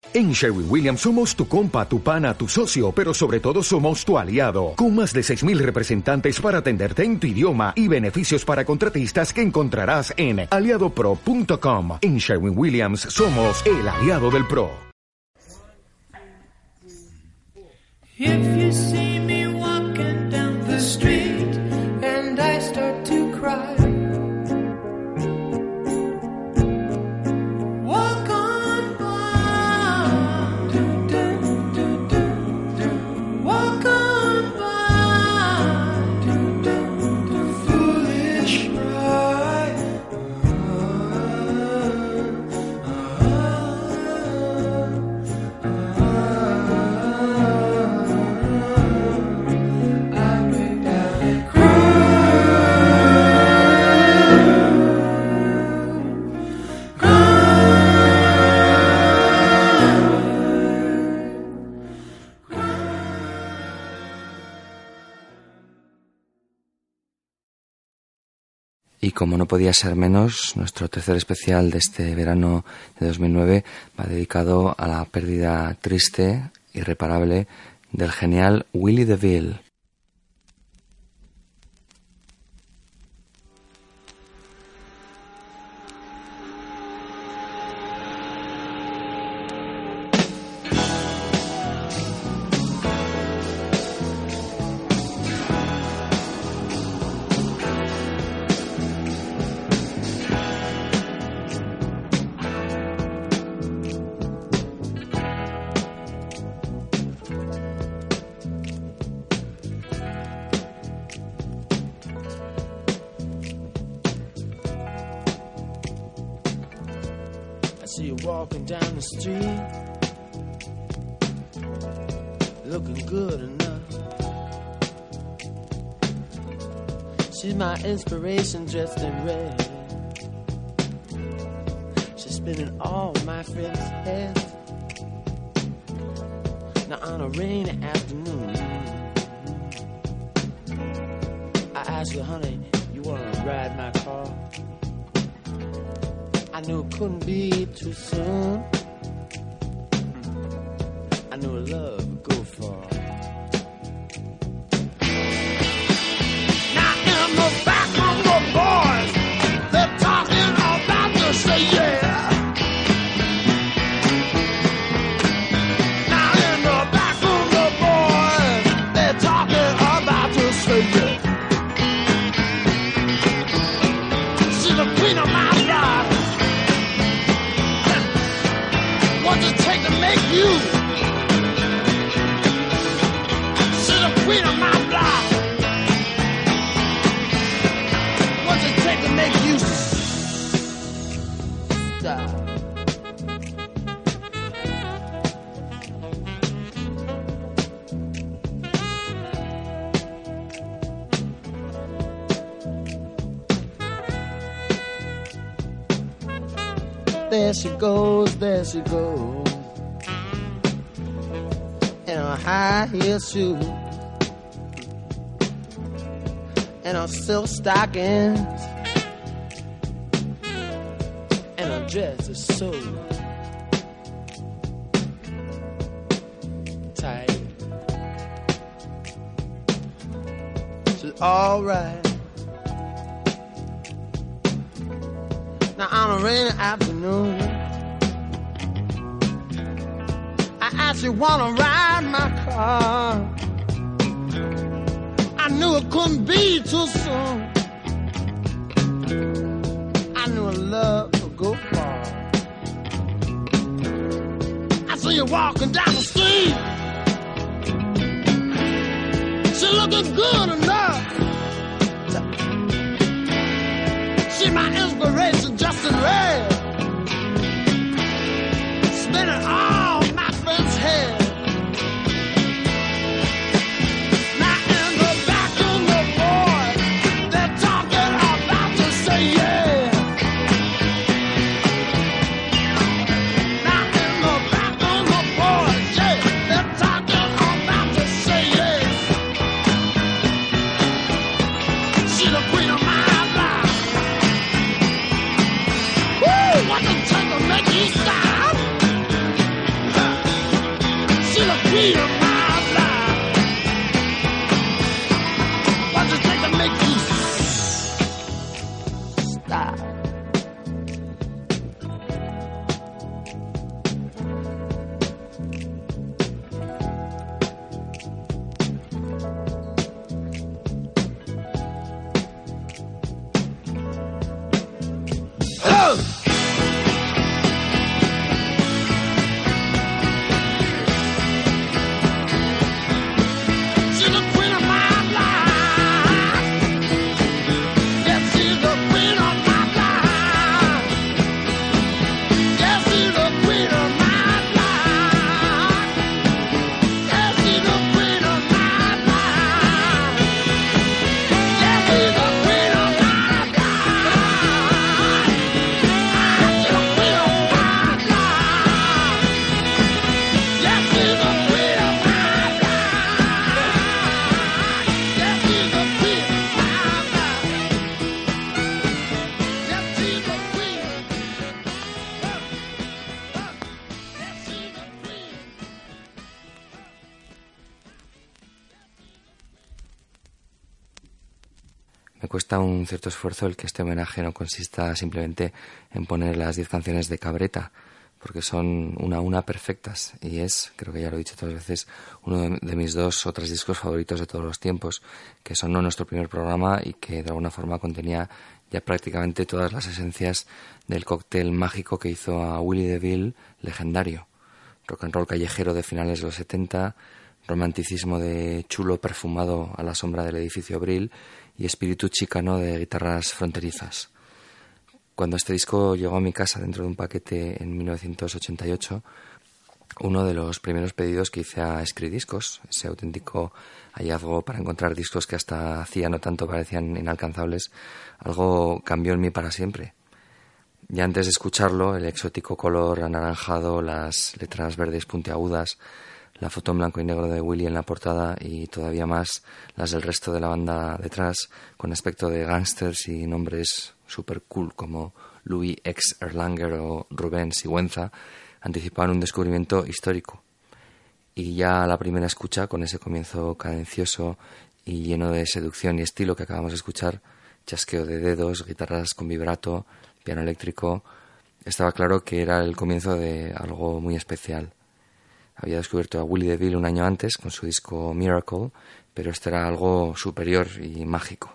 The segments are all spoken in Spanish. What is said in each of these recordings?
En Sherwin-Williams somos tu compa, tu pana, tu socio, pero sobre todo somos tu aliado, con más de 6,000 representantes para atenderte en tu idioma y beneficios para contratistas que encontrarás en aliadopro.com. En Sherwin-Williams somos el aliado del pro. If you see me walking down the street and I start to cry, walk on by, walk on by, foolish bride. Y como no podía ser menos, nuestro tercer especial de este verano de 2009 va dedicado a la pérdida triste, irreparable, del genial Willie DeVille. See you walking down the street, looking good enough. She's my inspiration dressed in red. She's spinning all my friends' heads. Now on a rainy afternoon, I asked her, honey, you wanna ride my car? I knew it couldn't be too soon. I knew love would go far. Now in the back room, the boys, they're talking about to say yeah. Now in the back room, the boys, they're talking about to say yeah. She's the queen of my life. What's it take to make you? She's the queen of my block. What's it take to make you stop? There she goes, there she goes, in her high heel shoes and her silk stockings, and her dress is so tight. She's all right. Now on a rainy afternoon, I asked you wanna ride my car. I knew it couldn't be too soon. I knew love would go far. I see you walking down the street. She looking good enough. She my inspiration, just in red, spinning all my friends' head. Now in the back room, the boys, they're talking about to say yeah. Now in the back room, the boys, yeah, they're talking about to say yeah. She's the queen of my life. What the take to make you stop? queen of my life. What's it take to make you stop? Me cuesta un cierto esfuerzo el que este homenaje no consista simplemente en poner las 10 canciones de Cabreta, porque son una a una perfectas, y es, creo que ya lo he dicho otras veces, uno de mis 2 o 3 discos favoritos de todos los tiempos, que sonó nuestro primer programa y que de alguna forma contenía ya prácticamente todas las esencias del cóctel mágico que hizo a Willie DeVille legendario. Rock and roll callejero de finales de los 70, romanticismo de chulo perfumado a la sombra del edificio Brill y espíritu chicano de guitarras fronterizas. Cuando este disco llegó a mi casa dentro de un paquete en 1988, uno de los primeros pedidos que hice a Escridiscos, ese auténtico hallazgo para encontrar discos que hasta hacía no tanto parecían inalcanzables, algo cambió en mí para siempre. Ya antes de escucharlo, el exótico color anaranjado, las letras verdes puntiagudas, la foto en blanco y negro de Willie en la portada y todavía más las del resto de la banda detrás, con aspecto de gángsters y nombres super cool como Louis X. Erlanger o Rubén Sigüenza, anticipaban un descubrimiento histórico. Y ya a la primera escucha, con ese comienzo cadencioso y lleno de seducción y estilo que acabamos de escuchar, chasqueo de dedos, guitarras con vibrato, piano eléctrico, estaba claro que era el comienzo de algo muy especial. Había descubierto a Willie DeVille un año antes con su disco Miracle, pero esto era algo superior y mágico.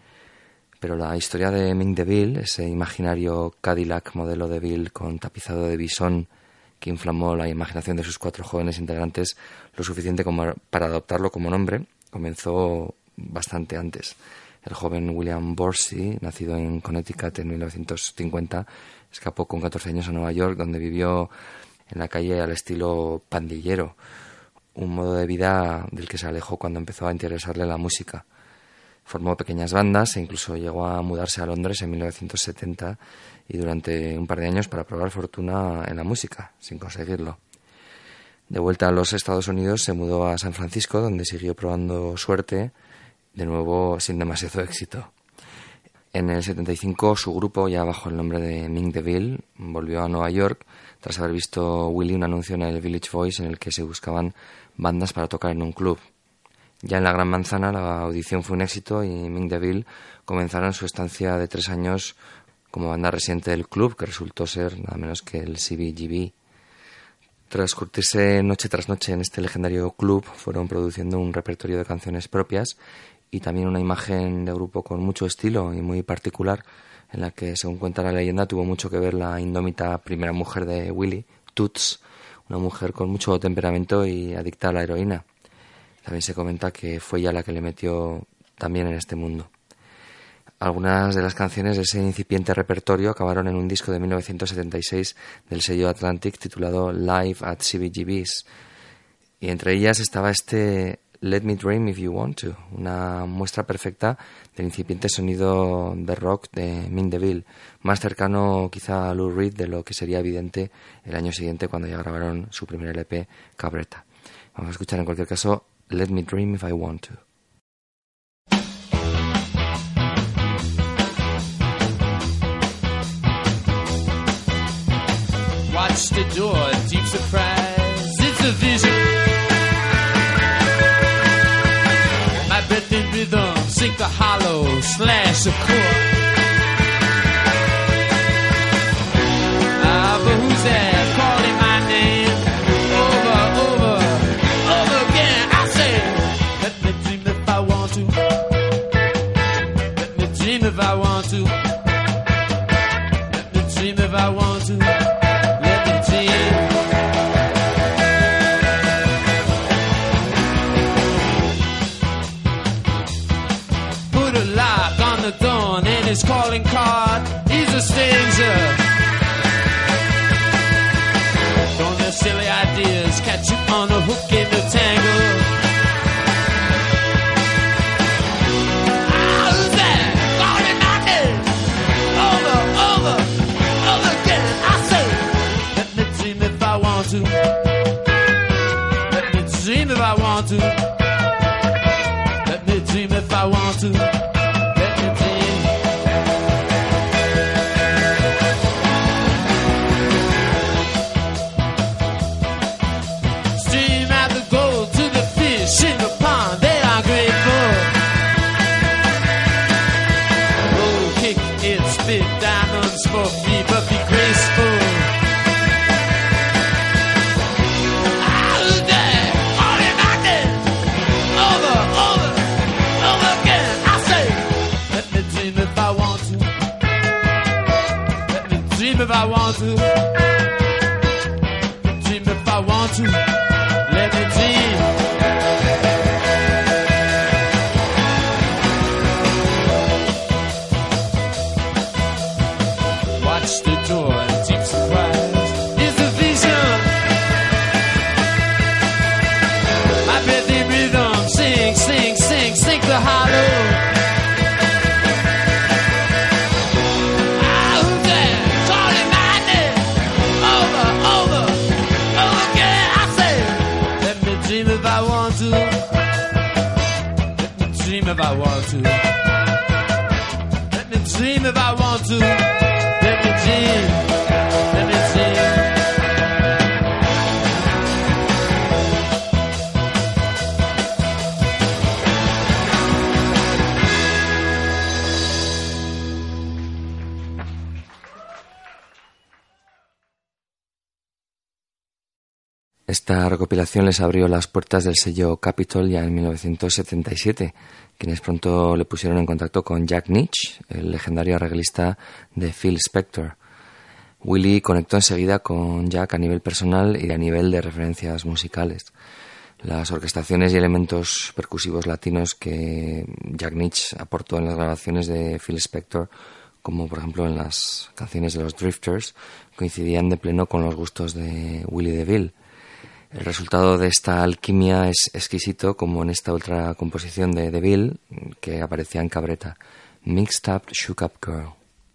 Pero la historia de Mink DeVille, ese imaginario Cadillac modelo DeVille con tapizado de bisón que inflamó la imaginación de sus 4 jóvenes integrantes lo suficiente como para adoptarlo como nombre, comenzó bastante antes. El joven William Borsey, nacido en Connecticut en 1950, escapó con 14 años a Nueva York, donde vivió en la calle al estilo pandillero, un modo de vida del que se alejó cuando empezó a interesarle la música. Formó pequeñas bandas e incluso llegó a mudarse a Londres en 1970 y durante un par de años para probar fortuna en la música, sin conseguirlo. De vuelta a los Estados Unidos se mudó a San Francisco, donde siguió probando suerte, de nuevo sin demasiado éxito. En el 75 su grupo, ya bajo el nombre de Mink DeVille, volvió a Nueva York tras haber visto Willie un anuncio en el Village Voice en el que se buscaban bandas para tocar en un club. Ya en la Gran Manzana la audición fue un éxito y Mink DeVille comenzaron su estancia de 3 años como banda residente del club, que resultó ser nada menos que el CBGB. Tras curtirse noche tras noche en este legendario club, fueron produciendo un repertorio de canciones propias y también una imagen de grupo con mucho estilo y muy particular, en la que, según cuenta la leyenda, tuvo mucho que ver la indómita primera mujer de Willie, Toots, una mujer con mucho temperamento y adicta a la heroína. También se comenta que fue ella la que le metió también en este mundo. Algunas de las canciones de ese incipiente repertorio acabaron en un disco de 1976 del sello Atlantic titulado Live at CBGB's, y entre ellas estaba este Let Me Dream If You Want To, una muestra perfecta del incipiente sonido de rock de Mink DeVille, más cercano quizá a Lou Reed de lo que sería evidente el año siguiente cuando ya grabaron su primer LP, Cabreta. Vamos a escuchar en cualquier caso Let Me Dream If I Want To. Watch the door, deep surprise, it's a vision. Shakur. But who's that calling my name over again? I say, let me dream if I want to. Let me dream if I want to. Let me dream if I want to. Let me dream. Put a lock on the door and his calling card. He's a stranger. Don't let silly ideas catch you on a hook in the tangle. How's that? Calling my name over again. I say, let me dream if I want to. Let me dream if I want to. Let me dream if I want to. Let me dream. Stream out the gold to the fish in the pond. They are grateful. Roll, kick, it, spit, diamonds for me, but be graceful. How's that? Calling my name over again. I say, let me dream if I want to. Let me dream if I want to. Dream if I want to. Let me dream. Watch the door and deep surprise is the vision. My breathy rhythm, sing, sing, sing, sing the hollow. How's that? Calling my name over again. I say, let me dream if I want to. Let me dream if I want to. Let me dream if I want to. Let me dream. Let me dream. Esta recopilación les abrió las puertas del sello Capitol ya en 1977, quienes pronto le pusieron en contacto con Jack Nitzsche, el legendario arreglista de Phil Spector. Willie conectó enseguida con Jack a nivel personal y a nivel de referencias musicales. Las orquestaciones y elementos percusivos latinos que Jack Nitzsche aportó en las grabaciones de Phil Spector, como por ejemplo en las canciones de los Drifters, coincidían de pleno con los gustos de Willie DeVille. El resultado de esta alquimia es exquisito, como en esta otra composición de DeVille que aparecía en cabreta, Mixed Up Shook Up Girl.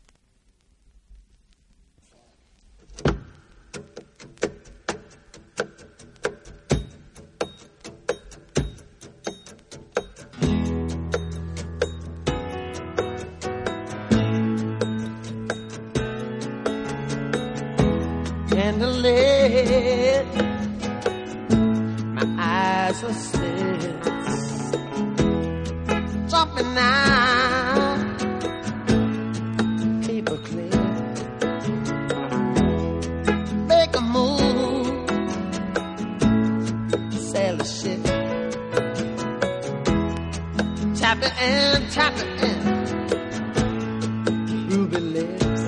Candlelit, my eyes are set, jumping out, paper clear, make a move, sail the ship, tap it in, ruby lips.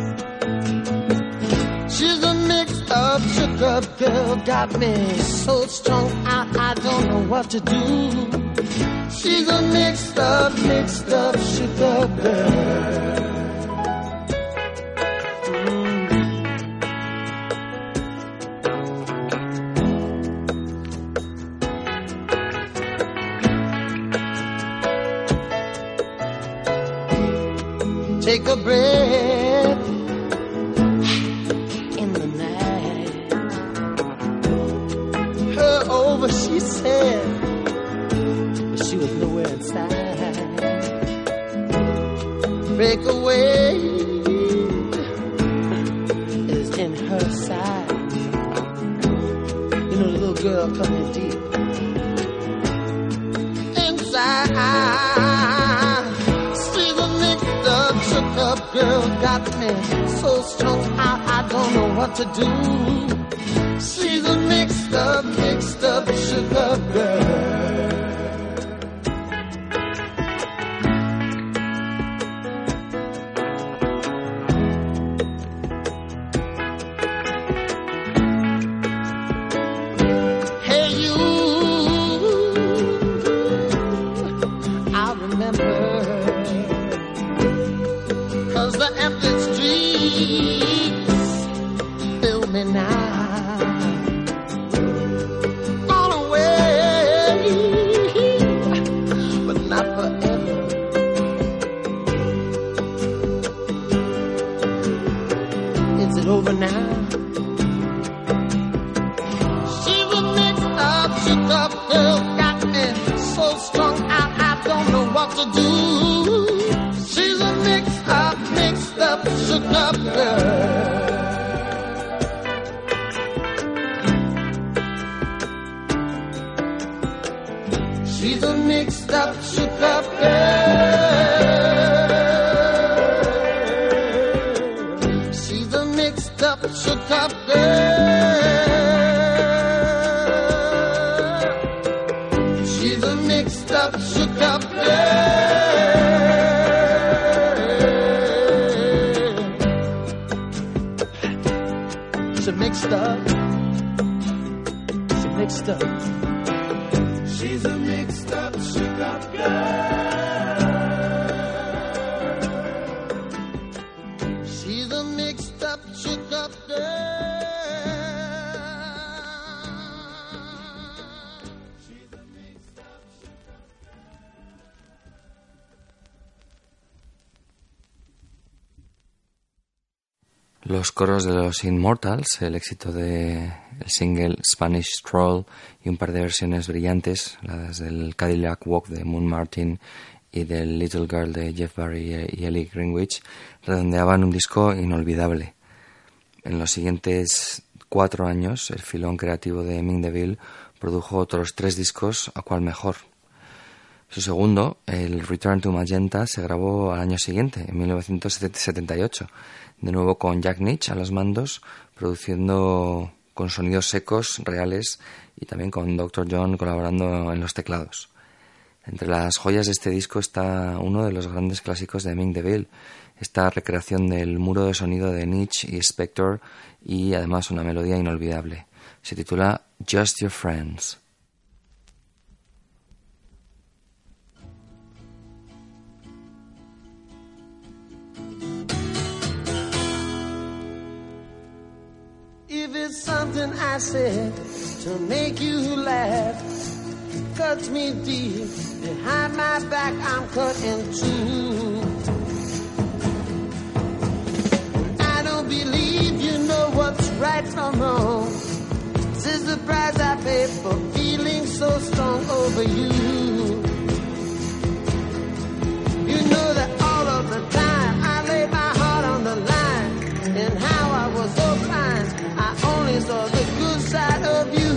She's a mixed up, shook up girl, got me so strung out, I don't know what to do. She's a mixed up, shook up girl. Take a breath in the night. Her over, she said, but she was nowhere inside. Breakaway is in her side. You know, the little girl coming deep inside. She's a mixed up, strung out, I don't know what to do. She's a mixed up sugar girl. She's a mixed up, shook up girl. She's a mixed up, shook up girl. She's a mixed up, shook up girl. She's mixed up. She's mixed up. She's a mixed up, shook up girl. She's a mixed up, shook up girl. She's a mixed up, shook up girl. Los coros de los Immortals, el éxito del single Spanish Stroll y un par de versiones brillantes, las del Cadillac Walk de Moon Martin y del Little Girl de Jeff Barry y Ellie Greenwich, redondeaban un disco inolvidable. En los siguientes 4 años, el filón creativo de Ming DeVille produjo otros 3 discos, a cual mejor. Su segundo, el Return to Magenta, se grabó al año siguiente, en 1978, de nuevo con Jack Nitzsche a los mandos, produciendo con sonidos secos, reales, y también con Dr. John colaborando en los teclados. Entre las joyas de este disco está uno de los grandes clásicos de Ming DeVille, esta recreación del muro de sonido de Nitzsche y Spector, y además una melodía inolvidable. Se titula Just Your Friends. If it's something I said to make you laugh, cuts me deep, behind my back I'm cut in two. I don't believe you know what's right from wrong. This is the price I pay for feeling so strong over you. You know that all of the time I laid my heart on the line, and how I was so blind, I only saw the good side of you.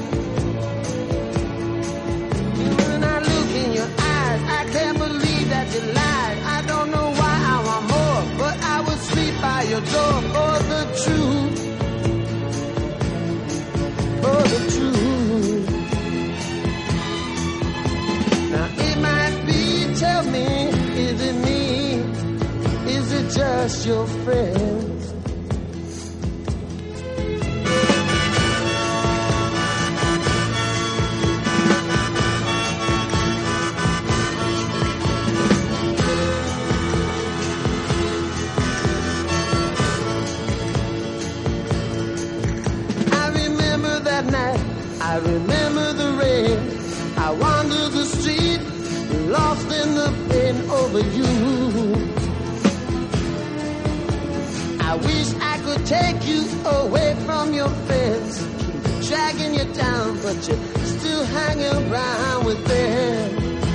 When I look in your eyes, I can't believe that you lied. I don't know why I want more, but I would sleep by your door for the truth. For the truth. Now it might be, tell me, is it me? Is it just your friends? I remember the rain, I wandered the street, lost in the pain over you. I wish I could take you away from your friends, keep dragging you down, but you're still hanging around with them.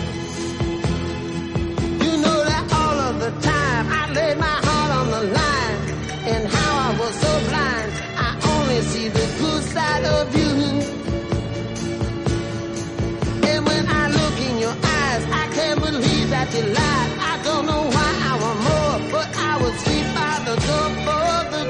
You know that all of the time I laid my heart on the line, and how I was so blind, I only see the good side of you. I can't believe that you lied. I don't know why I want more, but I would sleep by the door for the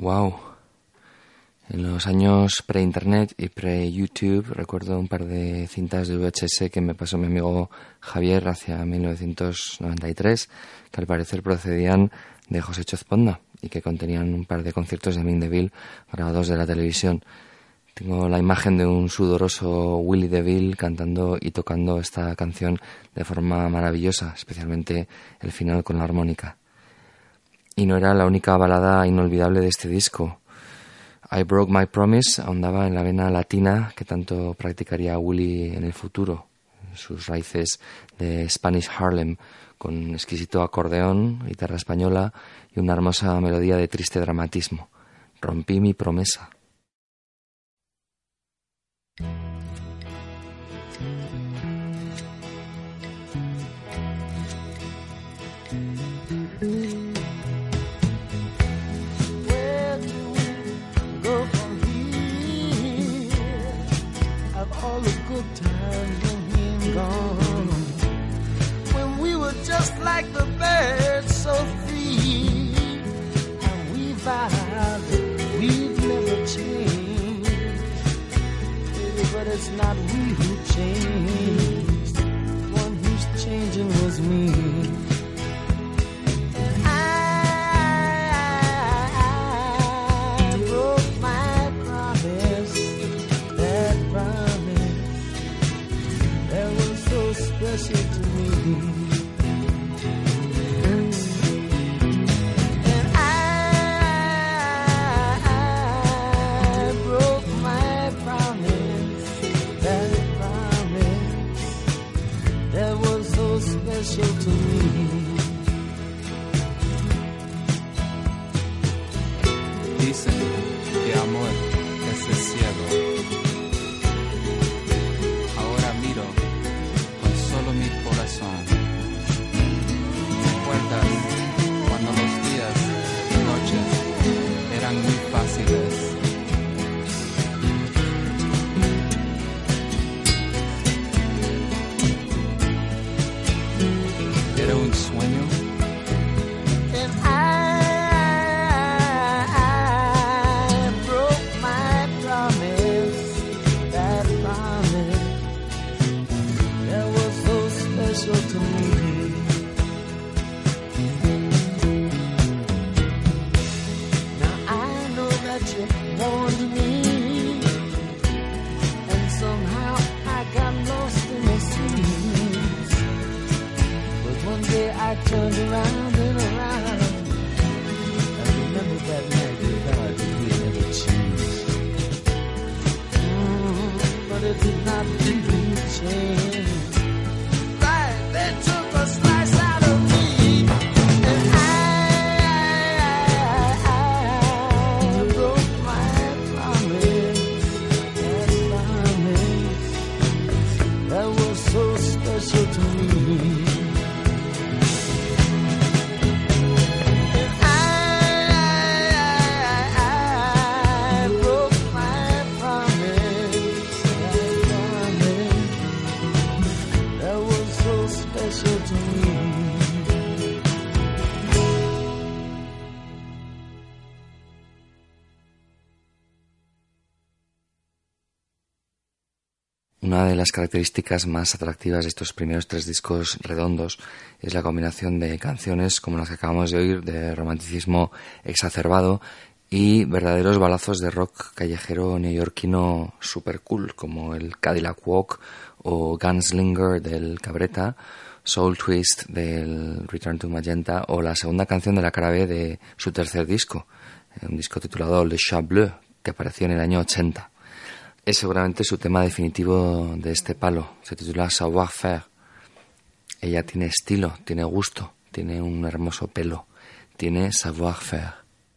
Wow. En los años pre-internet y pre-YouTube recuerdo un par de cintas de VHS que me pasó mi amigo Javier hacia 1993, que al parecer procedían de José Chozponda y que contenían un par de conciertos de Mick DeVille grabados de la televisión. Tengo la imagen de un sudoroso Willie DeVille cantando y tocando esta canción de forma maravillosa, especialmente el final con la armónica. Y no era la única balada inolvidable de este disco. I Broke My Promise ahondaba en la vena latina que tanto practicaría Willie en el futuro, sus raíces de Spanish Harlem, con exquisito acordeón, guitarra española y una hermosa melodía de triste dramatismo. Rompí mi promesa. All the good times when gone, when we were just like the birds, so free, and we vowed that we'd never change. But it's not we who changed, the one who's changing was me. I broke my promise, that promise that was so special to me. And I broke my promise, that promise that was so special to me. Dicen que amor es el cielo. Ahora miro con solo mi corazón. ¿Recuerdas cuando los días y noches eran muy fáciles? Era un sueño. And I broke my promise, that promise that was so special to me. Now I know that you warned me, and somehow I got lost in the seas. But one day I turned around and around. I remember that night we vowed that we'd never change. But it did not really change. Right, they took a slice out of me. And I broke my promise, that promise that was so special to me. I broke my promise, that promise that was so special to me. Una de las características más atractivas de estos primeros 3 discos redondos es la combinación de canciones como las que acabamos de oír, de romanticismo exacerbado y verdaderos balazos de rock callejero neoyorquino super cool, como el Cadillac Walk o Gunslinger del Cabretta, Soul Twist del Return to Magenta o la segunda canción de la cara B de su tercer disco, un disco titulado Le Chat Bleu, que apareció en el año 80. Es seguramente su tema definitivo de este palo. Se titula Savoir Faire. Ella tiene estilo, tiene gusto, tiene un hermoso pelo, tiene savoir faire.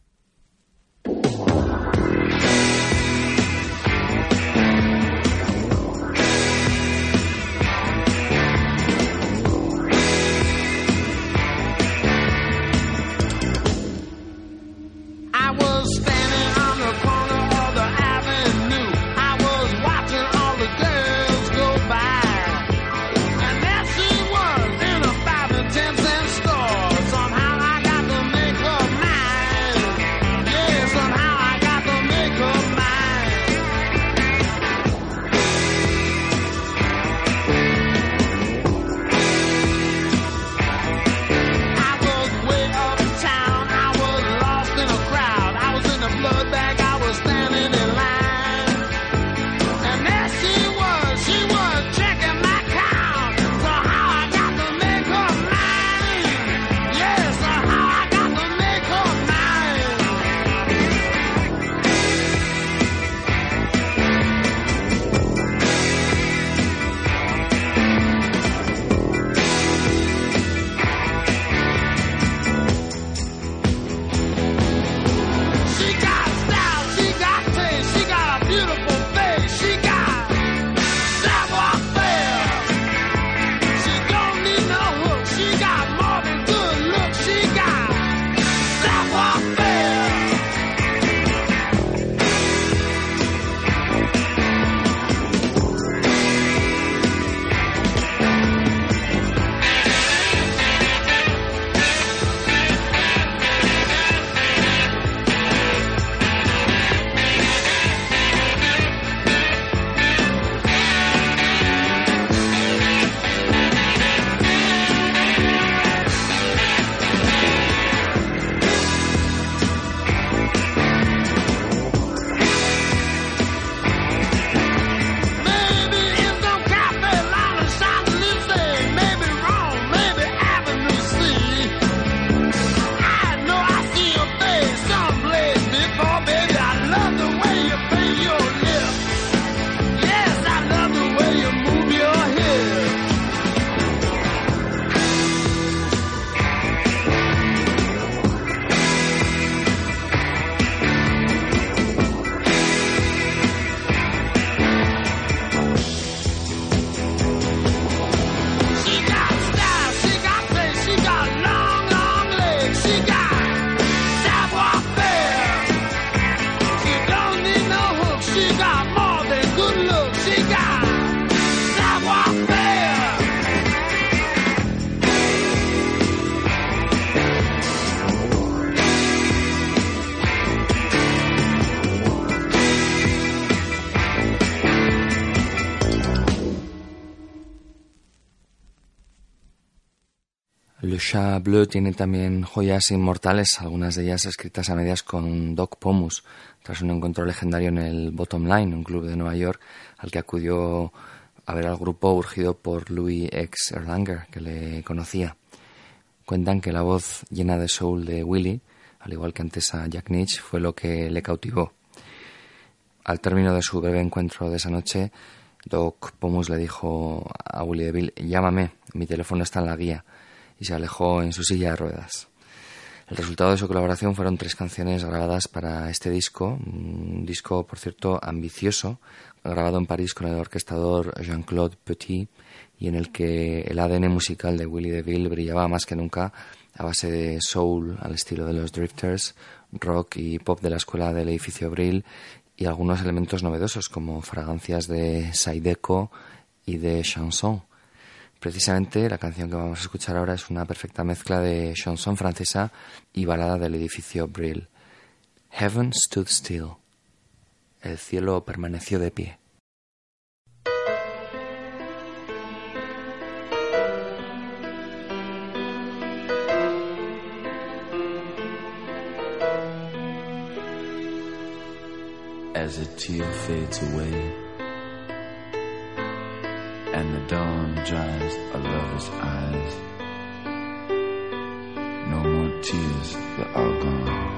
I was standing on the corner of the avenue. I was watching all the girls go by. And there she was in a 5 and 10 cent store. Somehow I got to make her mine. Le Chat Bleu tiene también joyas inmortales, algunas de ellas escritas a medias con Doc Pomus, tras un encuentro legendario en el Bottom Line, un club de Nueva York al que acudió a ver al grupo urgido por Louis X. Erlanger, que le conocía. Cuentan que la voz llena de soul de Willie, al igual que antes a Jack Nitzsche, fue lo que le cautivó. Al término de su breve encuentro de esa noche, Doc Pomus le dijo a Willie DeVille: llámame, mi teléfono está en la guía, y se alejó en su silla de ruedas. El resultado de su colaboración fueron 3 canciones grabadas para este disco, un disco, por cierto, ambicioso, grabado en París con el orquestador Jean-Claude Petit, y en el que el ADN musical de Willie DeVille brillaba más que nunca a base de soul al estilo de los Drifters, rock y pop de la escuela del edificio Brill, y algunos elementos novedosos como fragancias de Zydeco y de chanson. Precisamente la canción que vamos a escuchar ahora es una perfecta mezcla de chanson francesa y balada del edificio Brill. Heaven Stood Still. El cielo permaneció de pie. As a tear fades away and the dawn dries a lover's eyes, no more tears, they're all gone.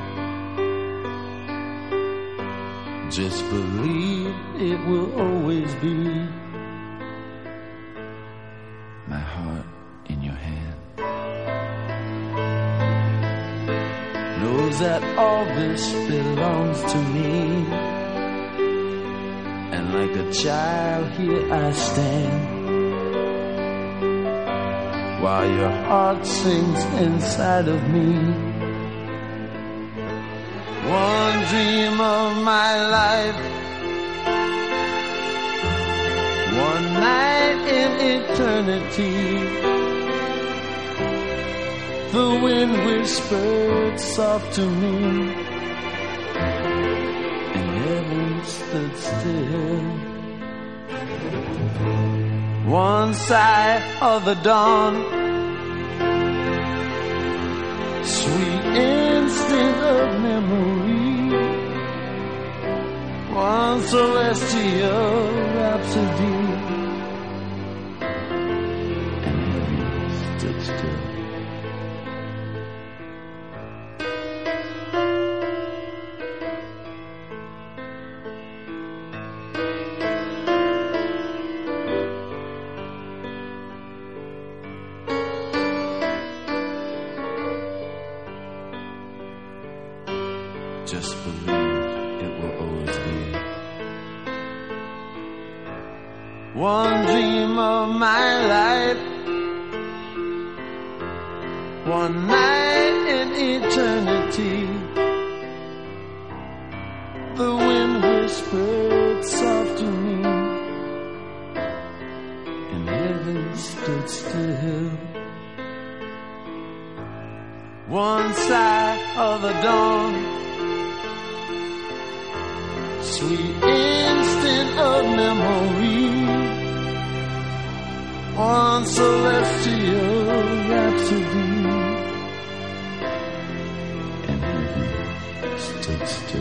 Just believe it will always be my heart in your hand. Knows that all this belongs to me, and like a child here I stand, while your heart sings inside of me. One dream of my life, one night in eternity. The wind whispered soft to me, and heaven stood still. One sigh of the dawn, sweet instinct of memory, one celestial rhapsody, and heaven stood still. Just believe it will always be one dream of my life, one night in eternity. The wind whispered soft to me, and heaven stood still. One sigh of the dawn, sweet instant of memory, one celestial rhapsody, and heaven stood still.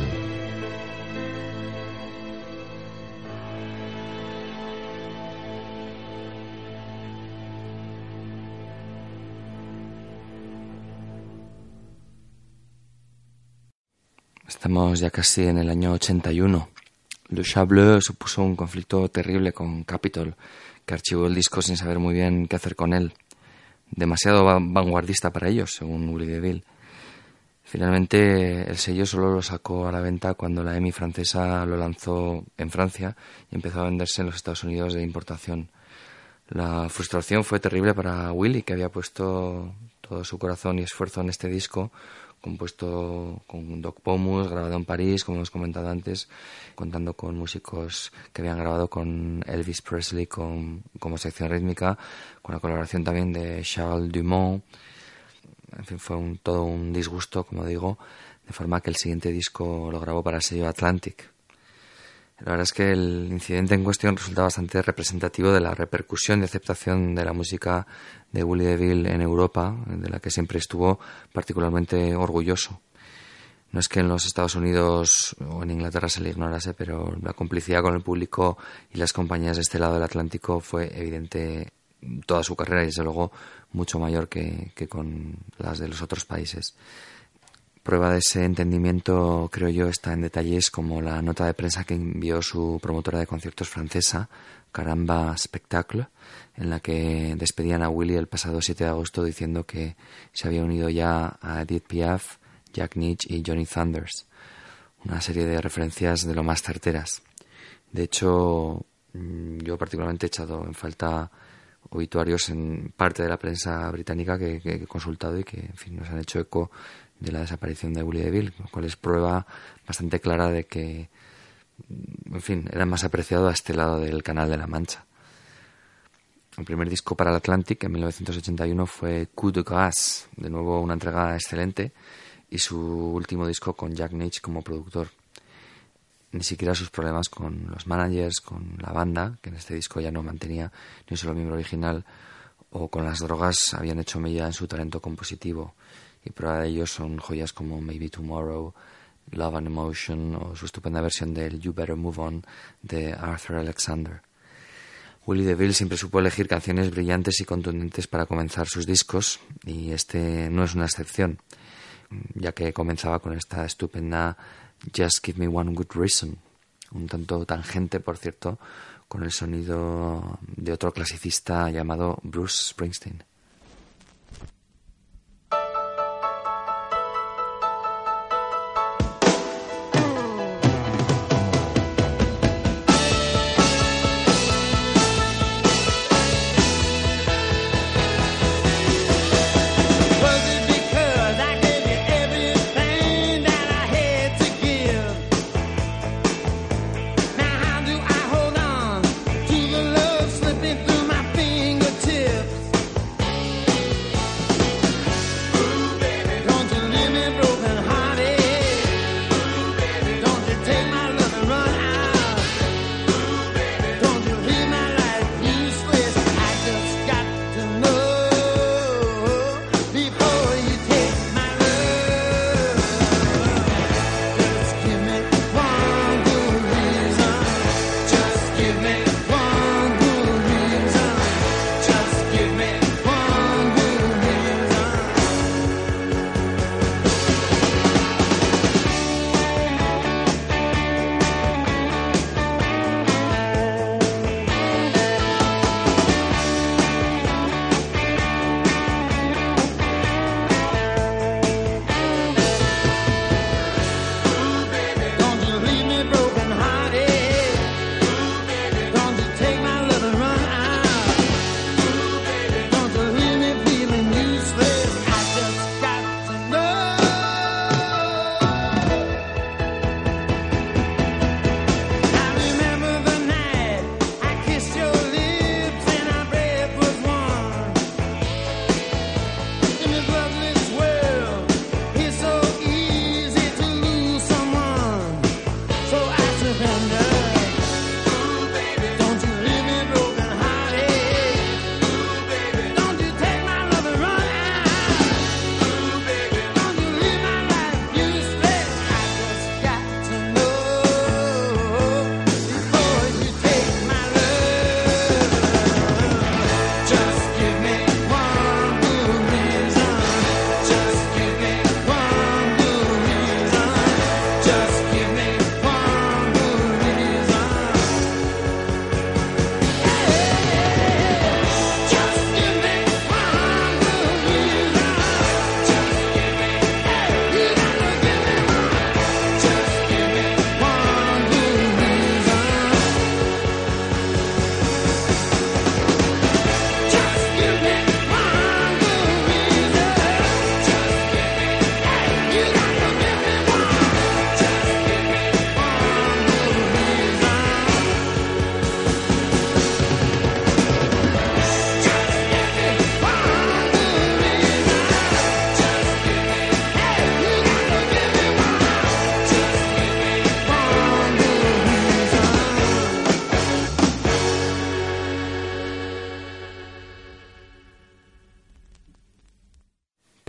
Estamos ya casi en el año 81. Le Chat Bleu supuso un conflicto terrible con Capitol, que archivó el disco sin saber muy bien qué hacer con él. Demasiado vanguardista para ellos, según Willie DeVille. Finalmente, el sello solo lo sacó a la venta cuando la EMI francesa lo lanzó en Francia y empezó a venderse en los Estados Unidos de importación. La frustración fue terrible para Willie, que había puesto todo su corazón y esfuerzo en este disco, compuesto con Doc Pomus, grabado en París, como hemos comentado antes, contando con músicos que habían grabado con Elvis Presley como sección rítmica, con la colaboración también de Charles Dumont. En fin, fue todo un disgusto, como digo, de forma que el siguiente disco lo grabó para el sello Atlantic. La verdad es que el incidente en cuestión resulta bastante representativo de la repercusión y aceptación de la música de Willie DeVille en Europa, de la que siempre estuvo particularmente orgulloso. No es que en los Estados Unidos o en Inglaterra se le ignorase, pero la complicidad con el público y las compañías de este lado del Atlántico fue evidente toda su carrera y desde luego mucho mayor que con las de los otros países. Prueba de ese entendimiento, creo yo, está en detalles como la nota de prensa que envió su promotora de conciertos francesa, Caramba Spectacle, en la que despedían a Willie el pasado 7 de agosto diciendo que se había unido ya a Edith Piaf, Jack Nitzsche y Johnny Thunders. Una serie de referencias de lo más certeras. De hecho, yo particularmente he echado en falta obituarios en parte de la prensa británica que he consultado y que, en fin, nos han hecho eco de la desaparición de Willie DeVille, lo cual es prueba bastante clara de que, en fin, era más apreciado a este lado del Canal de la Mancha. El primer disco para el Atlantic en 1981 fue Coup de Grâce, de nuevo una entrega excelente, y su último disco con Jack Nitzsche como productor. Ni siquiera sus problemas con los managers, con la banda, que en este disco ya no mantenía ni un solo miembro original, o con las drogas habían hecho mella en su talento compositivo. Y prueba de ello son joyas como Maybe Tomorrow, Love and Emotion o su estupenda versión del You Better Move On de Arthur Alexander. Willie DeVille siempre supo elegir canciones brillantes y contundentes para comenzar sus discos y este no es una excepción, ya que comenzaba con esta estupenda Just Give Me One Good Reason, un tanto tangente, por cierto, con el sonido de otro clasicista llamado Bruce Springsteen. Fingertips.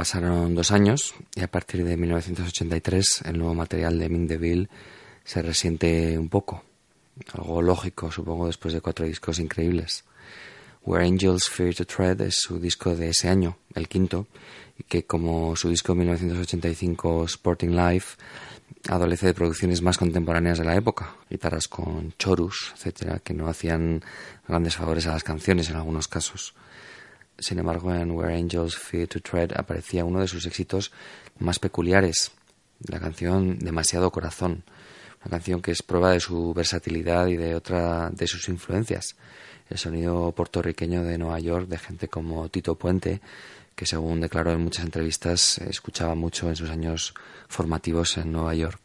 Pasaron 2 años y a partir de 1983 el nuevo material de Ming DeVille se resiente un poco. Algo lógico, supongo, después de 4 discos increíbles. Where Angels Fear to Tread es su disco de ese año, el quinto, y que, como su disco 1985 Sporting Life, adolece de producciones más contemporáneas de la época, guitarras con chorus, etcétera, que no hacían grandes favores a las canciones en algunos casos. Sin embargo, en Where Angels Fear to Tread aparecía uno de sus éxitos más peculiares, la canción Demasiado Corazón, una canción que es prueba de su versatilidad y de otra de sus influencias, el sonido puertorriqueño de Nueva York de gente como Tito Puente, que según declaró en muchas entrevistas escuchaba mucho en sus años formativos en Nueva York.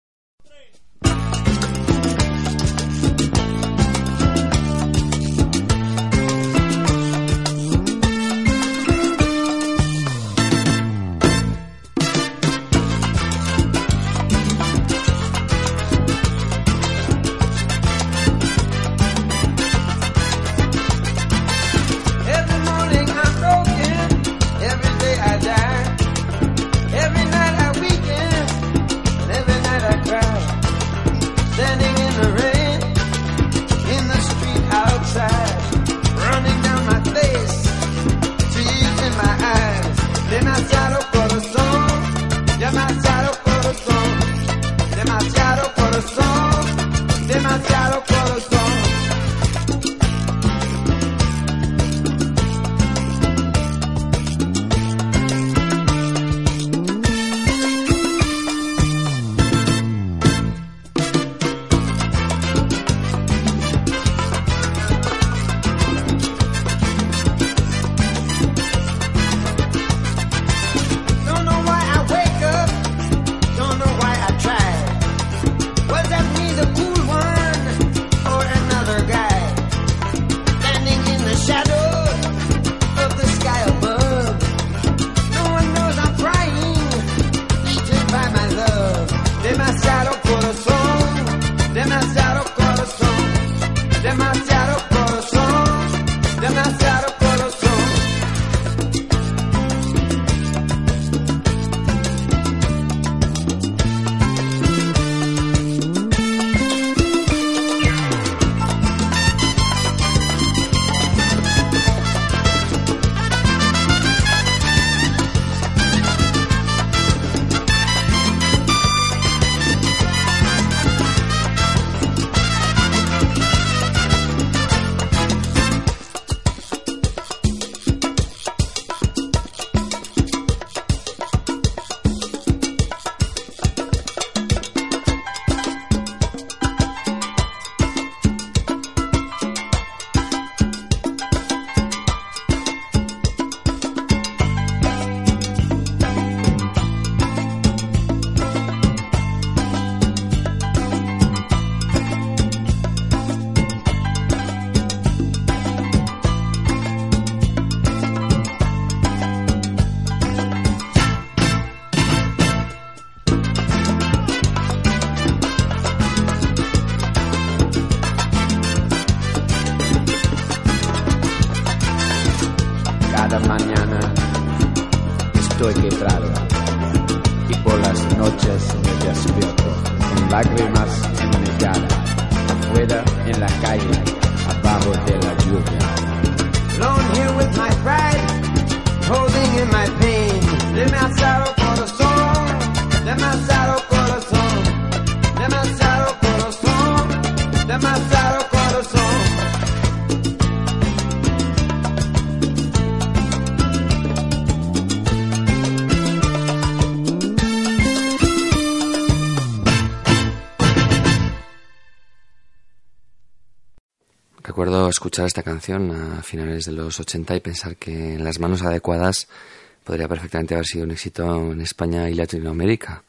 Recuerdo escuchar esta canción a finales de los 80 y pensar que en las manos adecuadas podría perfectamente haber sido un éxito en España y Latinoamérica.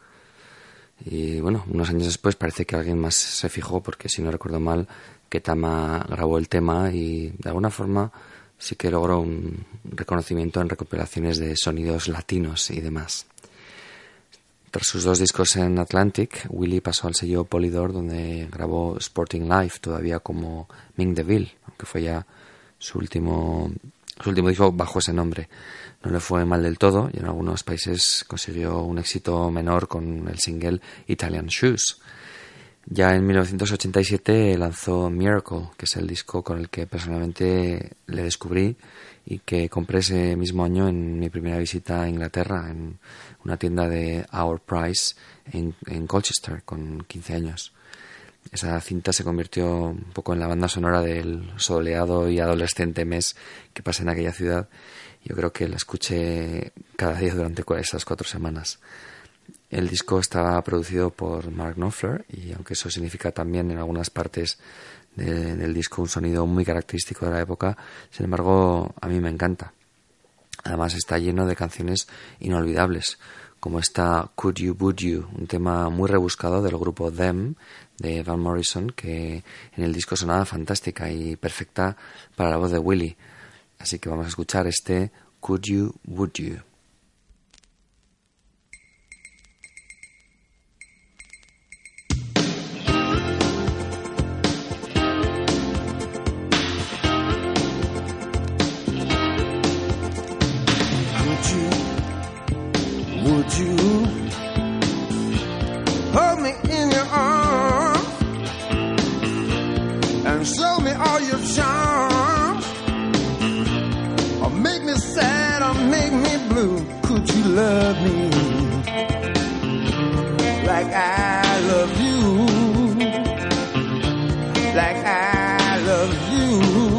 Y bueno, unos años después parece que alguien más se fijó, porque si no recuerdo mal, Ketama grabó el tema y de alguna forma sí que logró un reconocimiento en recopilaciones de sonidos latinos y demás. Tras sus 2 discos en Atlantic, Willie pasó al sello Polydor, donde grabó Sporting Life, todavía como Ming DeVille, aunque fue ya su último Su último disco bajo ese nombre. No le fue mal del todo y en algunos países consiguió un éxito menor con el single Italian Shoes. Ya en 1987 lanzó Miracle, que es el disco con el que personalmente le descubrí y que compré ese mismo año en mi primera visita a Inglaterra, en una tienda de Our Price en Colchester, con 15 años. Esa cinta se convirtió un poco en la banda sonora del soleado y adolescente mes que pasé en aquella ciudad. Yo creo que la escuché cada día durante esas 4 semanas. El disco estaba producido por Mark Knopfler y aunque eso significa también en algunas partes del disco un sonido muy característico de la época, sin embargo a mí me encanta. Además está lleno de canciones inolvidables, como esta Could You Would You, un tema muy rebuscado del grupo Them de Van Morrison, que en el disco sonaba fantástica y perfecta para la voz de Willie. Así que vamos a escuchar este Could You Would You. Would you hold me in your arms and show me all your charms, or make me sad or make me blue? Could you love me like I love you, like I love you?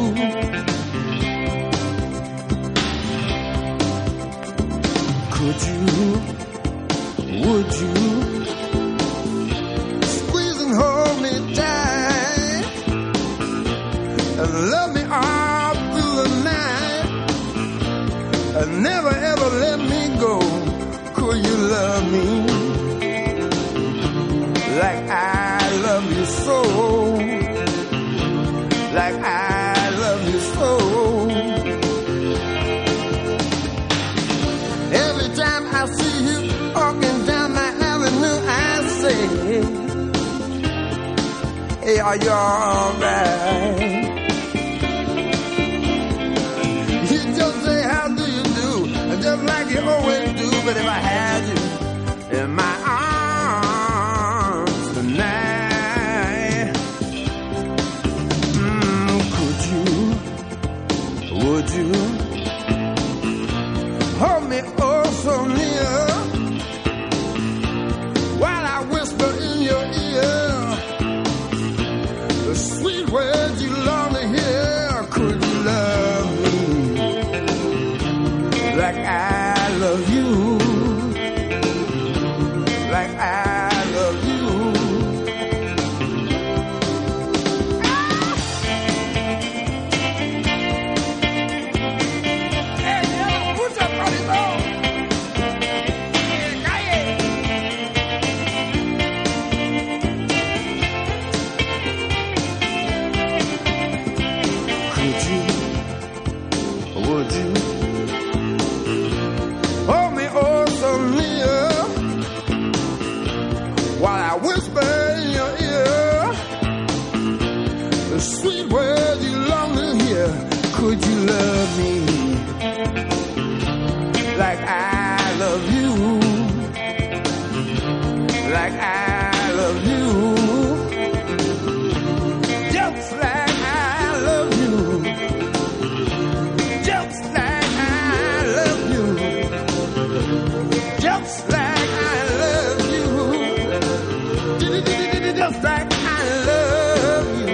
Could you, would you squeeze and hold me tight and love me all through the night and never ever let me go? Could you love me like I love you so, like I love you so? Every time I see you walking down my avenue, I say, hey, are you alright? You just say, how do you do? Just like you always do. But if I had you in my arms tonight, could you, would you hold me oh so near while I whisper in your ear the sweet words you long to hear? Could you love me like I love you, like I love you? Could you love me like I love you, like I love you, just like I love you, just like I love you, just like I love you, just like I love you.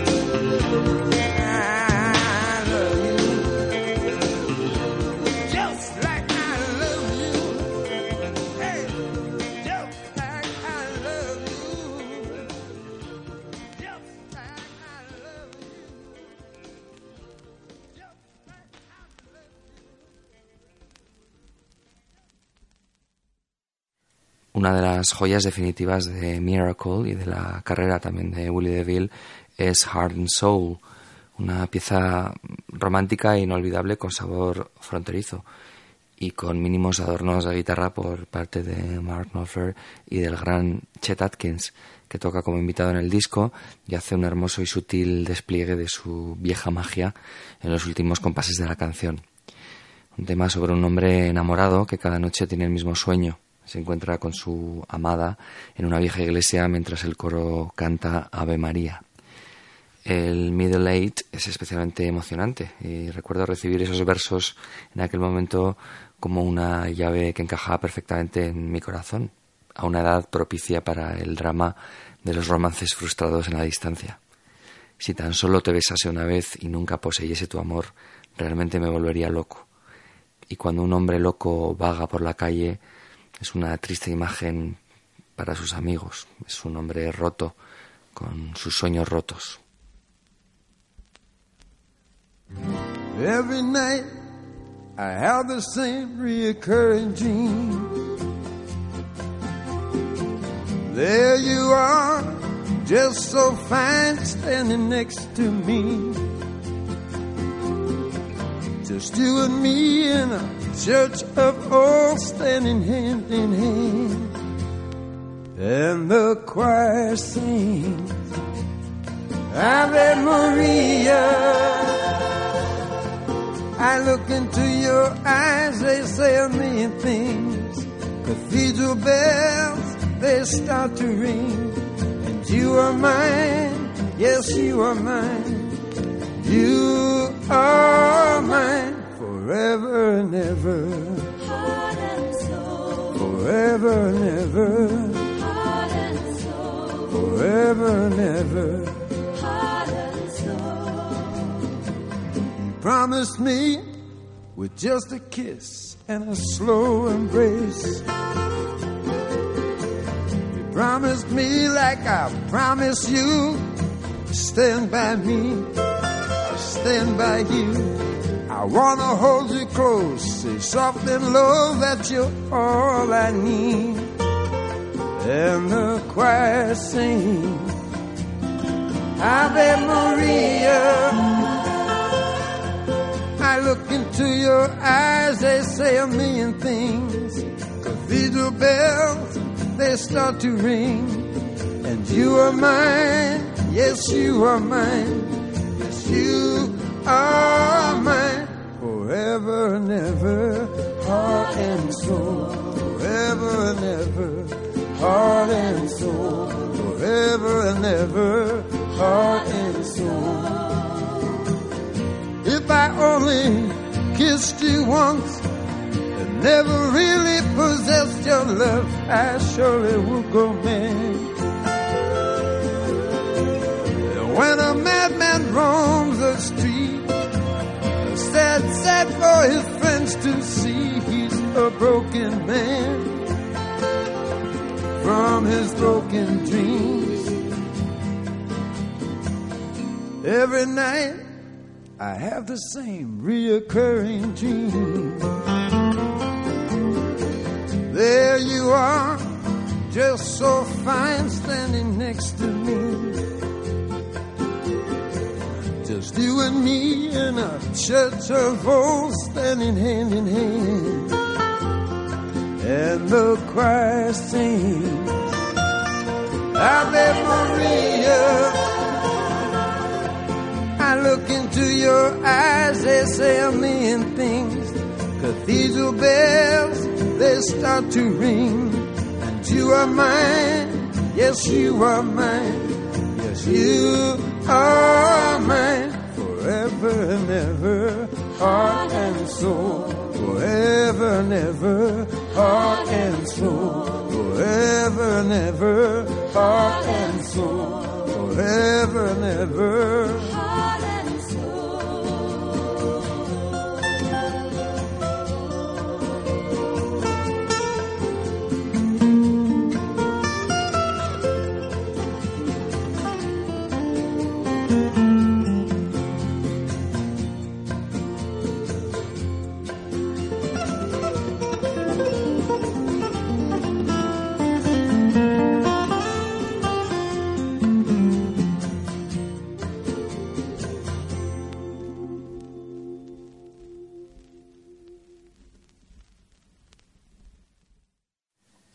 Una de las joyas definitivas de Miracle y de la carrera también de Willie DeVille es Heart and Soul, una pieza romántica e inolvidable con sabor fronterizo. y con mínimos adornos de guitarra por parte de Mark Knopfler y del gran Chet Atkins, que toca como invitado en el disco y hace un hermoso y sutil despliegue de su vieja magia en los últimos compases de la canción. Un tema sobre un hombre enamorado que cada noche tiene el mismo sueño. Se encuentra con su amada en una vieja iglesia mientras el coro canta Ave María. El Middle Eight es especialmente emocionante y recuerdo recibir esos versos en aquel momento como una llave que encajaba perfectamente en mi corazón, a una edad propicia para el drama de los romances frustrados en la distancia. Si tan solo te besase una vez y nunca poseyese tu amor, realmente me volvería loco. Y cuando un hombre loco vaga por la calle, es una triste imagen para sus amigos. Es un hombre roto, con sus sueños rotos. Every night I have the same reoccurring dream. There you are, just so fine, standing next to me. Just you and me in a church of old, standing hand in hand. And the choir sings Ave Maria. I look into your eyes, they say a million things. Cathedral bells, they start to ring. And you are mine, yes you are mine. You are mine, forever and ever. Heart and soul. Forever and ever. Heart and soul. Forever and ever. Heart and soul. You promised me with just a kiss and a slow embrace. You promised me like I promised you, stand by me, stand by you. I wanna hold you close, say soft and low that you're all I need. And the choir sings Ave Maria. I look into your eyes, they say a million things. Cathedral bells, they start to ring. And you are mine, yes you are mine. Yes you are mine, forever and ever, heart and soul. Forever and ever, heart and soul. Forever and ever, heart and soul. If I only kissed you once and never really possessed your love, I surely would go mad. When a madman roams the street, sad for his friends to see, he's a broken man from his broken dreams. Every night I have the same reoccurring dream. There you are, just so fine, standing next to me. Just you and me in a church of old, standing hand in hand. And the choir sings Ave Maria. I look into your eyes, they say a million things. Cathedral bells, they start to ring. And you are mine, yes you are mine. Yes you are mine, forever and ever, heart and soul. Forever and ever, heart and soul. Forever and ever, heart and soul. Forever and ever, heart and soul.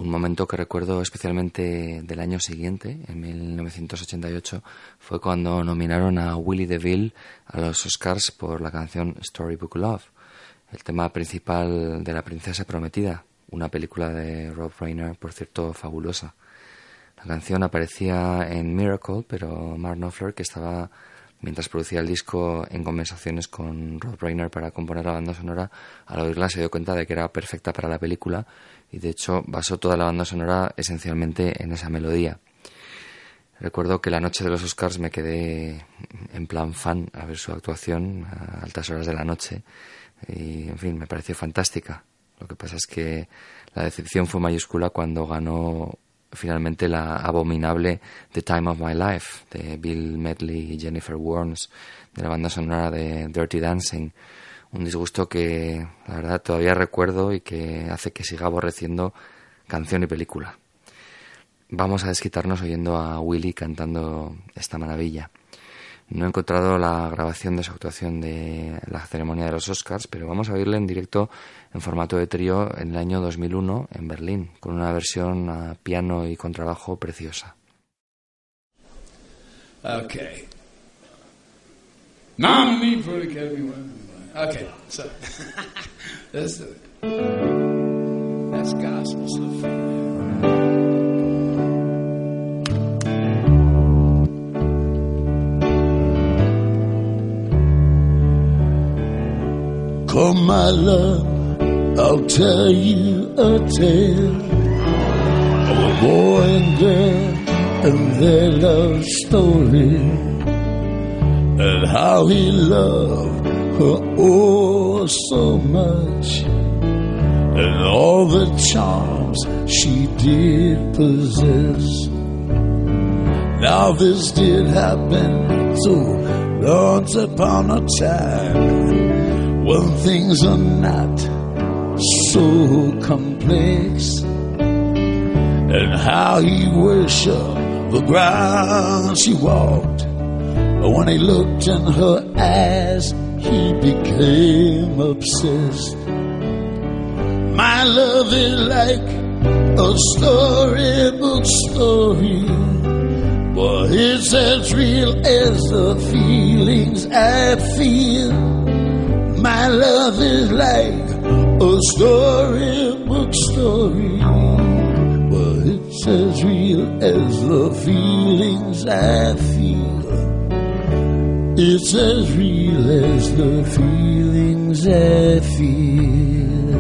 Un momento que recuerdo especialmente del año siguiente, en 1988, fue cuando nominaron a Willie DeVille a los Oscars por la canción Storybook Love, el tema principal de La Princesa Prometida, una película de Rob Reiner, por cierto, fabulosa. La canción aparecía en Miracle, pero Mark Knopfler, que estaba, mientras producía el disco, en conversaciones con Rob Reiner para componer la banda sonora, al oírla se dio cuenta de que era perfecta para la película y de hecho basó toda la banda sonora esencialmente en esa melodía. Recuerdo que la noche de los Oscars me quedé en plan fan a ver su actuación a altas horas de la noche y, en fin, me pareció fantástica. Lo que pasa es que la decepción fue mayúscula cuando ganó finalmente la abominable The Time of My Life de Bill Medley y Jennifer Warnes, de la banda sonora de Dirty Dancing. Un disgusto que, la verdad, todavía recuerdo y que hace que siga aborreciendo canción y película. Vamos a desquitarnos oyendo a Willie cantando esta maravilla. No he encontrado la grabación de su actuación de la ceremonia de los Oscars, pero vamos a oírle en directo en formato de trío en el año 2001 en Berlín, con una versión a piano y contrabajo preciosa. Okay. Now me for the Kevin. Okay, so that's gospel stuff. Come, my love, I'll tell you a tale of a boy and girl and their love story, and how he loved her oh so much, and all the charms she did possess. Now this did happen so once upon a time, when things are not so complex, and how he worshipped the ground she walked. But when he looked in her eyes, he became obsessed. My love is like a storybook story, but it's as real as the feelings I feel. My love is like a storybook story, but it's as real as the feelings I feel. It's as real as the feelings I feel.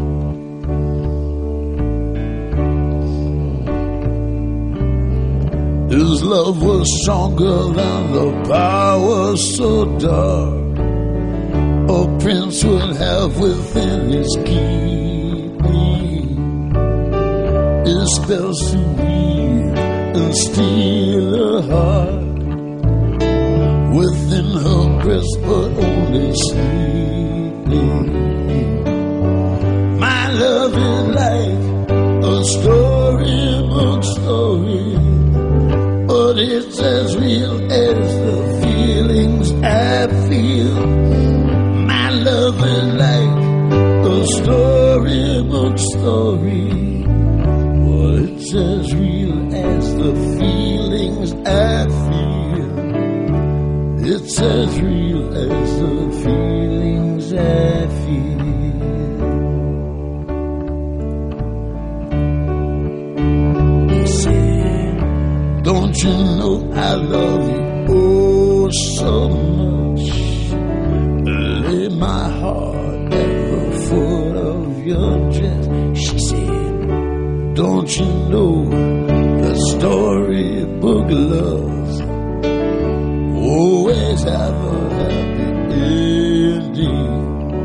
His love was stronger than the power so dark a prince would have within his keeping. His spell to read and steal her heart, within her breast but only sleeping. My love is like a storybook story, but it's as real as the feelings I feel. My love is like a storybook story, but it's as real as the feelings I feel. It's as real as the feelings I feel. He said, don't you know I love you oh so much? Lay my heart at the foot of your dress. She said, don't you know the storybook loves always have a happy ending?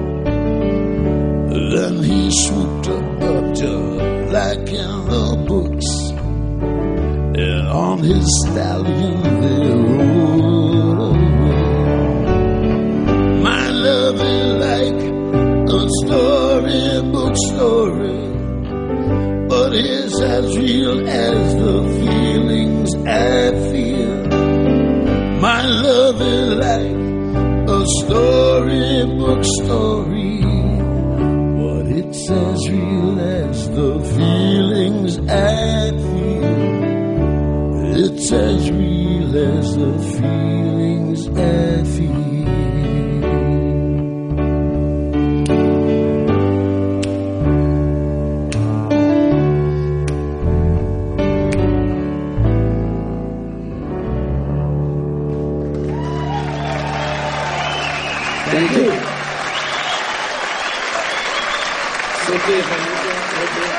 Then he swooped up to her like in the books, and on his stallion they rode away. My love is like a storybook story, but it's as real as the feelings I feel. My love is like a storybook story, but it's as real as the feelings as real as the feelings I feel. Thank you. So good, Juanito. So good.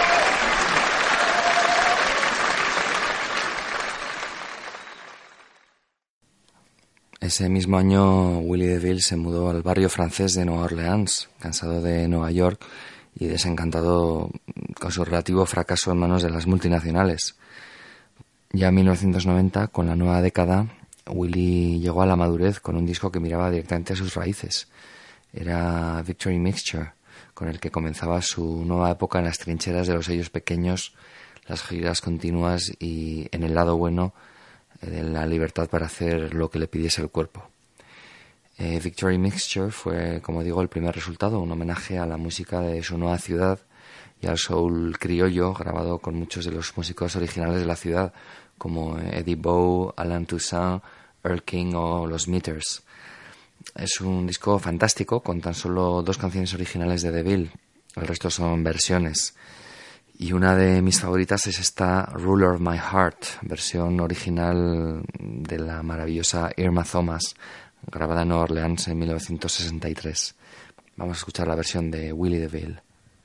Ese mismo año Willie DeVille se mudó al barrio francés de Nueva Orleans, cansado de Nueva York y desencantado con su relativo fracaso en manos de las multinacionales. Ya en 1990, con la nueva década, Willie llegó a la madurez con un disco que miraba directamente a sus raíces. Era Victory Mixture, con el que comenzaba su nueva época en las trincheras de los sellos pequeños, las giras continuas y en el lado bueno de la libertad para hacer lo que le pidiese el cuerpo. Victory Mixture fue, como digo, el primer resultado, un homenaje a la música de su nueva ciudad y al soul criollo, grabado con muchos de los músicos originales de la ciudad, como Eddie Bow, Alan Toussaint, Earl King o los Meters. Es un disco fantástico, con tan solo 2 canciones originales de DeVille. El resto son versiones. Y una de mis favoritas es esta Ruler of My Heart, versión original de la maravillosa Irma Thomas, grabada en Nueva Orleans en 1963. Vamos a escuchar la versión de Willie DeVille.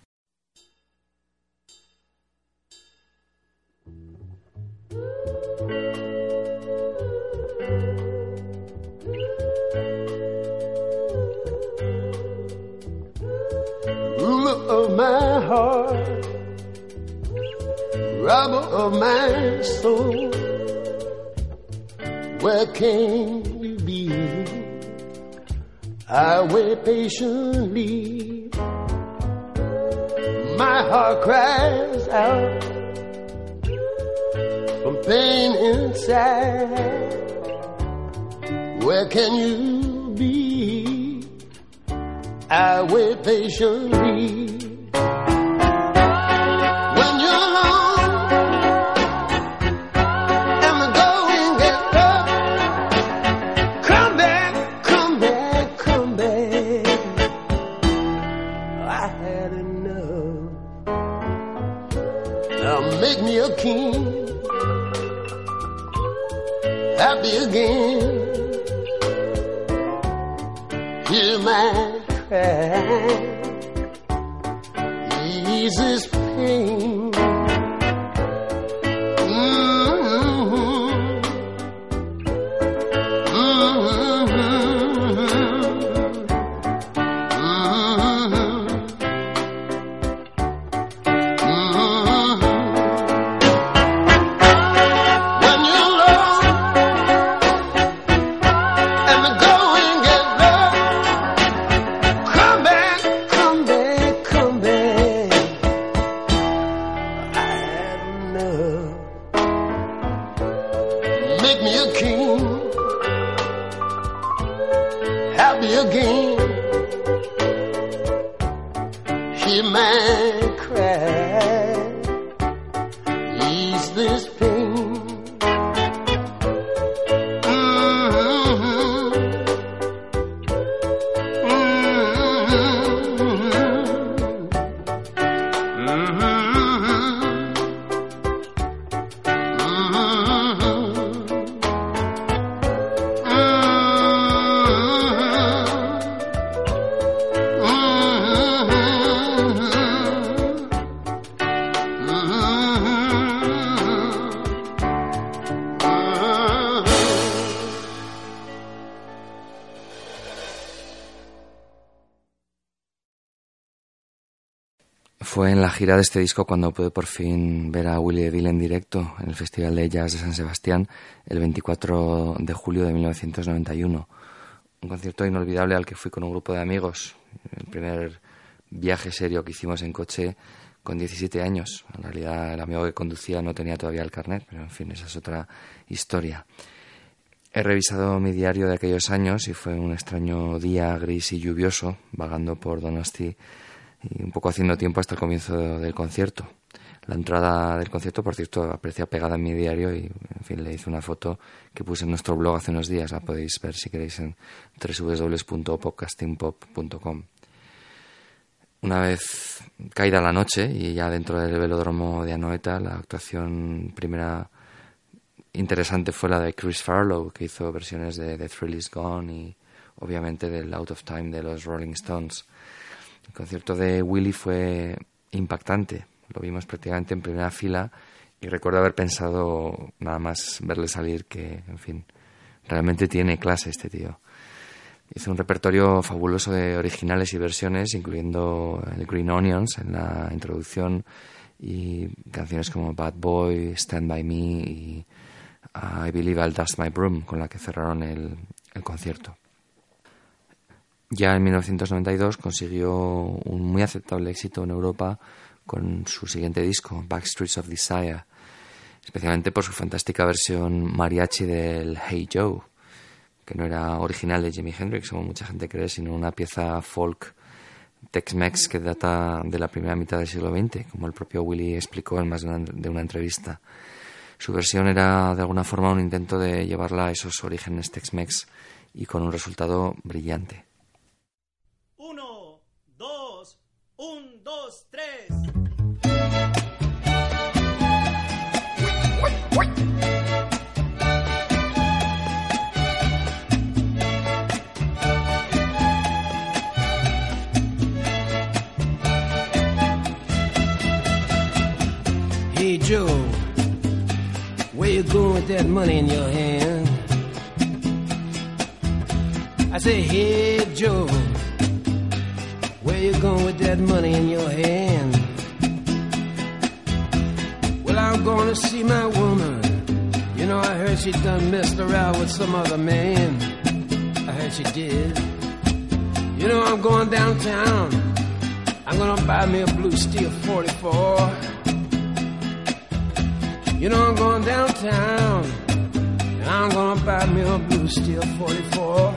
Ruler of my heart, robber of my soul, where can you be? I wait patiently. My heart cries out from pain inside. Where can you be? I wait patiently. When you're alone and the going gets tough, come back, come back, come back. I had enough. Now make me a king, happy again. Hear my cry, ease this pain. Fue en la gira de este disco cuando pude por fin ver a Willie DeVille en directo en el Festival de Jazz de San Sebastián el 24 de julio de 1991. Un concierto inolvidable al que fui con un grupo de amigos. El primer viaje serio que hicimos en coche con 17 años. En realidad el amigo que conducía no tenía todavía el carnet, pero en fin, esa es otra historia. He revisado mi diario de aquellos años y fue un extraño día gris y lluvioso, vagando por Donosti y un poco haciendo tiempo hasta el comienzo del concierto. La entrada del concierto, por cierto, aparecía pegada en mi diario y, en fin, le hice una foto que puse en nuestro blog hace unos días. La podéis ver si queréis en www.podcastingpop.com. Una vez caída la noche y ya dentro del velódromo de Anoeta, la actuación primera interesante fue la de Chris Farlow, que hizo versiones de The Thrill Is Gone y obviamente del Out of Time de los Rolling Stones. El concierto de Willie fue impactante. Lo vimos prácticamente en primera fila y recuerdo haber pensado nada más verle salir que, en fin, realmente tiene clase este tío. Hizo un repertorio fabuloso de originales y versiones, incluyendo el Green Onions en la introducción y canciones como Bad Boy, Stand By Me y I Believe I'll Dust My Broom, con la que cerraron el concierto. Ya en 1992 consiguió un muy aceptable éxito en Europa con su siguiente disco, Backstreets of Desire, especialmente por su fantástica versión mariachi del Hey Joe, que no era original de Jimi Hendrix, como mucha gente cree, sino una pieza folk Tex-Mex que data de la primera mitad del siglo XX, como el propio Willie explicó en más de una entrevista. Su versión era de alguna forma un intento de llevarla a esos orígenes Tex-Mex y con un resultado brillante. 1, 2, 1, 2, 3. Hey Joe, where you going with that money in your hand? I say, hey Joe, where you going with that money in your hand? Well, I'm going to see my woman. You know, I heard she done messed around with some other man. I heard she did. You know, I'm going downtown. I'm going to buy me a blue steel 44. You know, I'm going downtown. And I'm going to buy me a blue steel 44.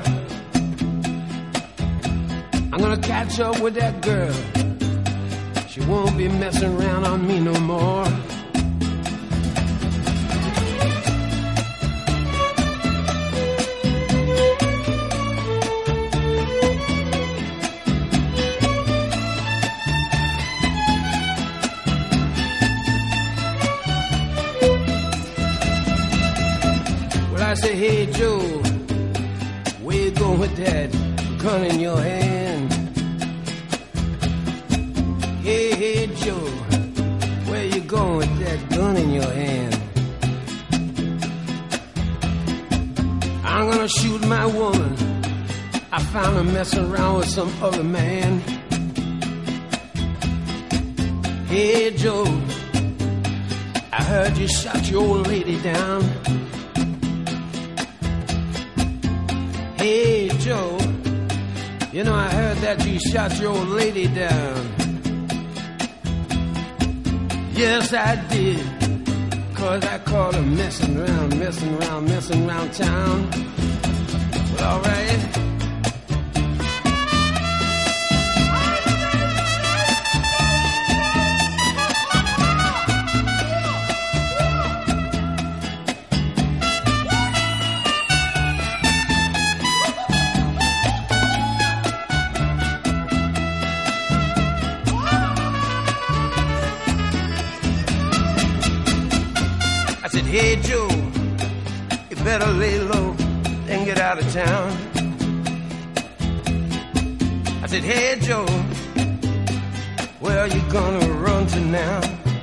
I'm gonna catch up with that girl. She won't be messing around on me no more. Well, I say, hey Joe, where you going with that gun in your hand? Hey, hey, Joe, where you going with that gun in your hand? I'm gonna shoot my woman. I found her messing around with some other man. Hey, Joe, I heard you shot your old lady down. Hey, Joe, you know I heard that you shot your old lady down. Yes, I did, 'cause I caught her messing around town. Well, all right. Hey Joe, you better lay low and get out of town. I said, hey Joe, where are you gonna run to now?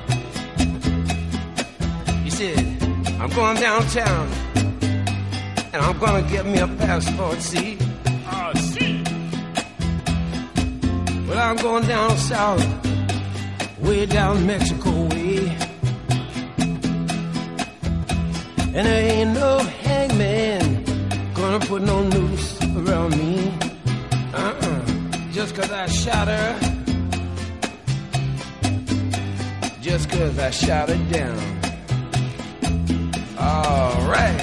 He said, I'm going downtown and I'm gonna get me a passport, see? Oh, see. Well, I'm going down south, way down Mexico way. And there ain't no hangman gonna put no noose around me. Just 'cause I shot her. Just 'cause I shot her down. All right.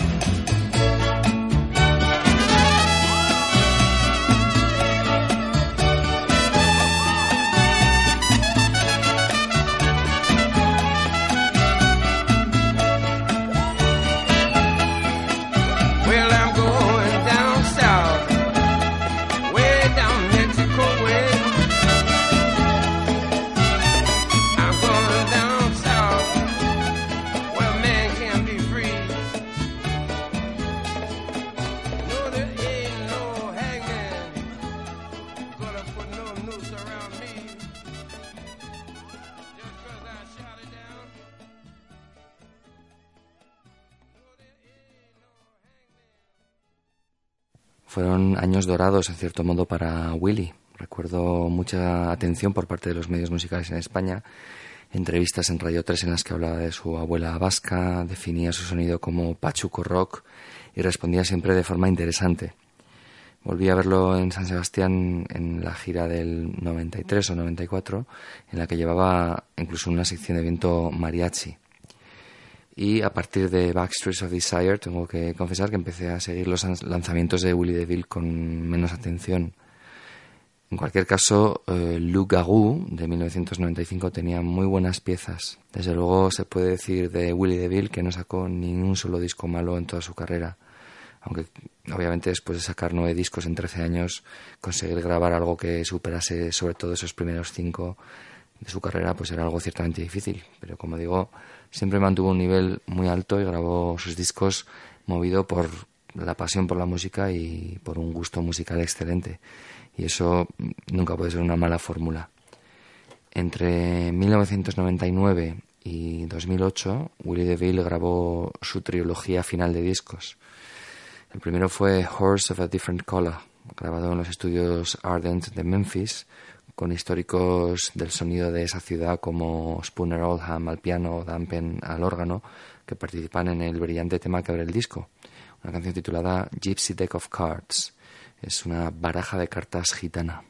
Fueron años dorados, en cierto modo, para Willy. Recuerdo mucha atención por parte de los medios musicales en España, entrevistas en Radio 3 en las que hablaba de su abuela vasca, definía su sonido como pachuco rock y respondía siempre de forma interesante. Volví a verlo en San Sebastián en la gira del 93 o 94, en la que llevaba incluso una sección de viento mariachi. Y a partir de Backstreets of Desire tengo que confesar que empecé a seguir los lanzamientos de Willy DeVille con menos atención. En cualquier caso, Loup Garou de 1995 tenía muy buenas piezas. Desde luego se puede decir de Willy DeVille que no sacó ni un solo disco malo en toda su carrera. Aunque obviamente después de sacar 9 discos en 13 años, conseguir grabar algo que superase sobre todo esos primeros 5 de su carrera pues era algo ciertamente difícil. Pero como digo, siempre mantuvo un nivel muy alto y grabó sus discos movido por la pasión por la música y por un gusto musical excelente. Y eso nunca puede ser una mala fórmula. Entre 1999 y 2008, Willy DeVille grabó su trilogía final de discos. El primero fue Horse of a Different Color, grabado en los estudios Ardent de Memphis, con históricos del sonido de esa ciudad como Spooner Oldham al piano o Dampen al órgano, que participan en el brillante tema que abre el disco, una canción titulada Gypsy Deck of Cards. Es una baraja de cartas gitana.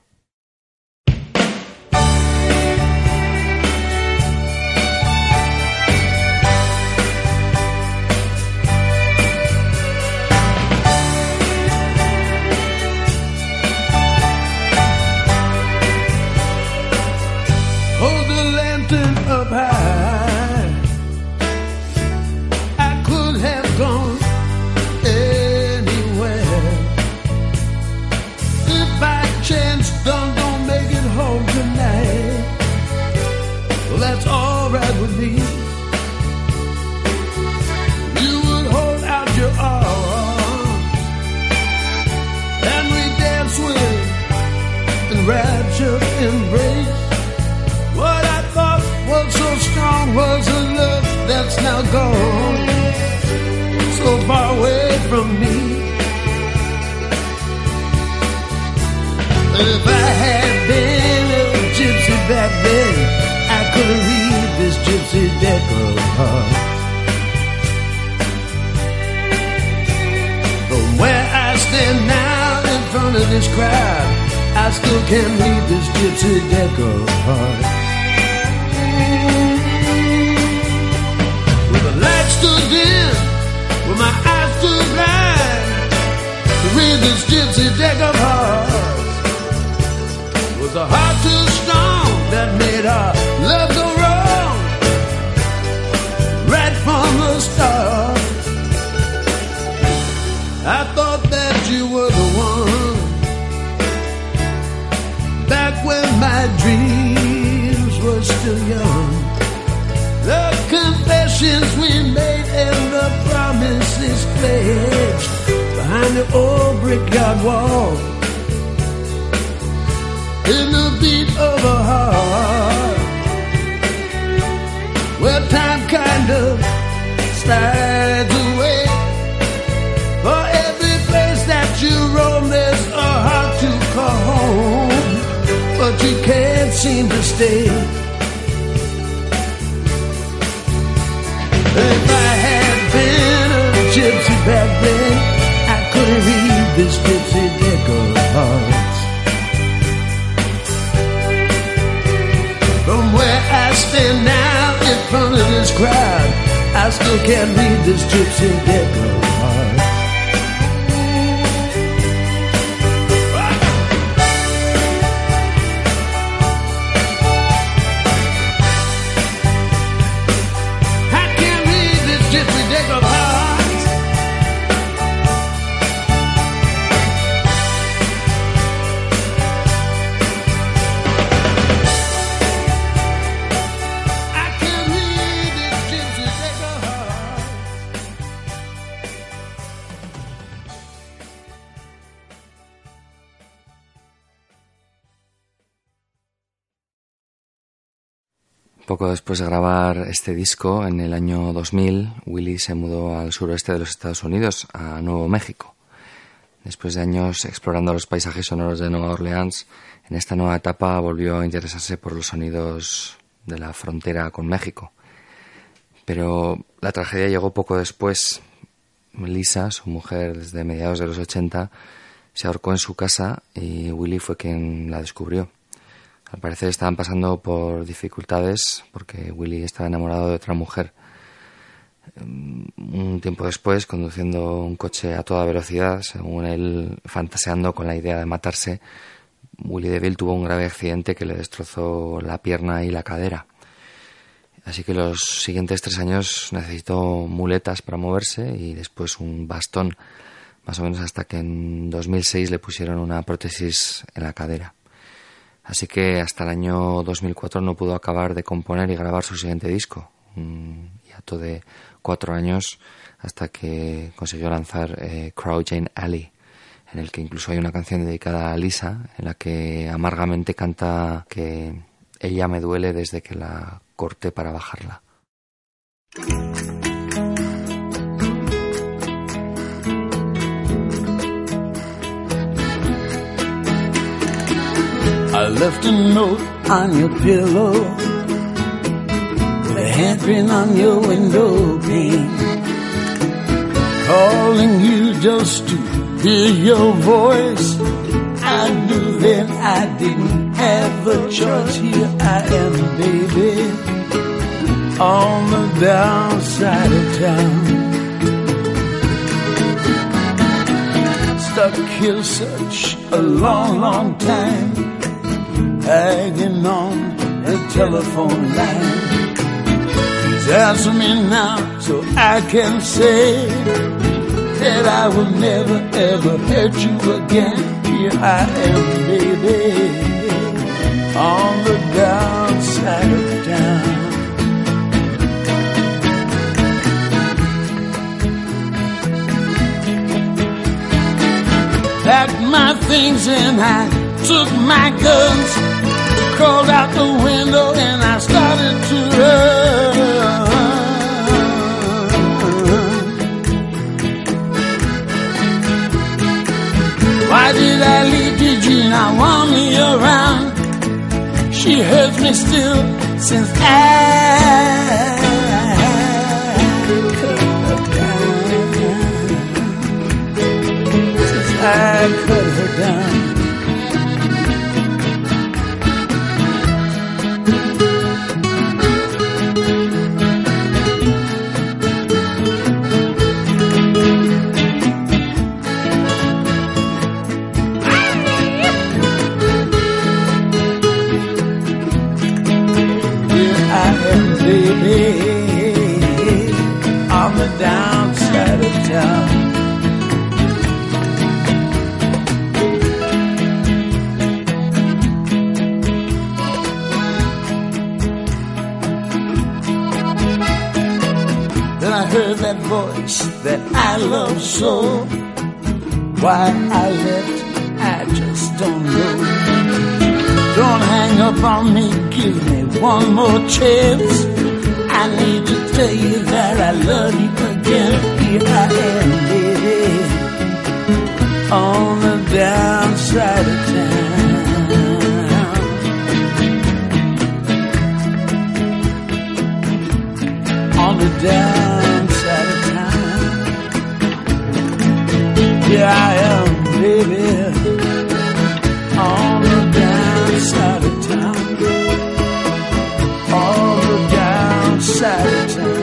Hold the lantern up high. I could have gone anywhere. If by chance don't make it home tonight, well, that's all right with me. You would hold out your arm and we dance with in rapture embrace. What I thought was so strong was a love that's now gone, so far away from me. But if I had been a gypsy back then, I could read this gypsy deck of hearts. From where I stand now in front of this crowd, I still can't read this gypsy deck of hearts. With the lights too dim, with my eyes too blind to read this gypsy deck of hearts. Was a heart too strong that made our love go wrong right from the start. I thought that you were the one back when my dreams were still young. The confessions we made and the promises pledged behind the old brickyard wall, in the beat of a heart, well, time kind of slides away. For every place that you roam, there's a heart to call home, but you can't seem to stay. If I had been a gypsy back then, I couldn't read this gypsy deck of hearts. From where I stand now in front of this crowd, I still can't read this gypsy deck of hearts. I can't read this gypsy deck of hearts. Poco después de grabar este disco, en el año 2000, Willy se mudó al suroeste de los Estados Unidos, a Nuevo México. Después de años explorando los paisajes sonoros de Nueva Orleans, en esta nueva etapa volvió a interesarse por los sonidos de la frontera con México. Pero la tragedia llegó poco después. Lisa, su mujer desde mediados de los 80, se ahorcó en su casa y Willie fue quien la descubrió. Al parecer estaban pasando por dificultades porque Willie estaba enamorado de otra mujer. Un tiempo después, conduciendo un coche a toda velocidad, según él fantaseando con la idea de matarse, Willie DeVille tuvo un grave accidente que le destrozó la pierna y la cadera. Así que los siguientes 3 años necesitó muletas para moverse y después un bastón, más o menos hasta que en 2006 le pusieron una prótesis en la cadera. Así que hasta el año 2004 no pudo acabar de componer y grabar su siguiente disco. Un hiato de 4 años hasta que consiguió lanzar Crow Jane Alley, en el que incluso hay una canción dedicada a Lisa, en la que amargamente canta que ella me duele desde que la corté para bajarla. I left a note on your pillow, a handprint on your window pane, calling you just to hear your voice. I knew then I didn't have a choice. Here I am, baby, on the downside of town. Stuck here such a long, long time, hanging on the telephone line. Please answer me now so I can say that I will never ever hurt you again. Here I am, baby, on the downside of town. Packed my things and I took my guns, crawled out the window and I started to run. Why did I leave? Did you not want me around? She hurts me still since I cut her down. Baby, on the downside of town. Then I heard that voice that I love so. Why I left, I just don't know. Don't hang up on me, give me one more chance. I need to tell you that I love you again. Here I am, baby, on the downside of town. On the downside of town. Here I am, baby, on the downside of town. On the downside of town.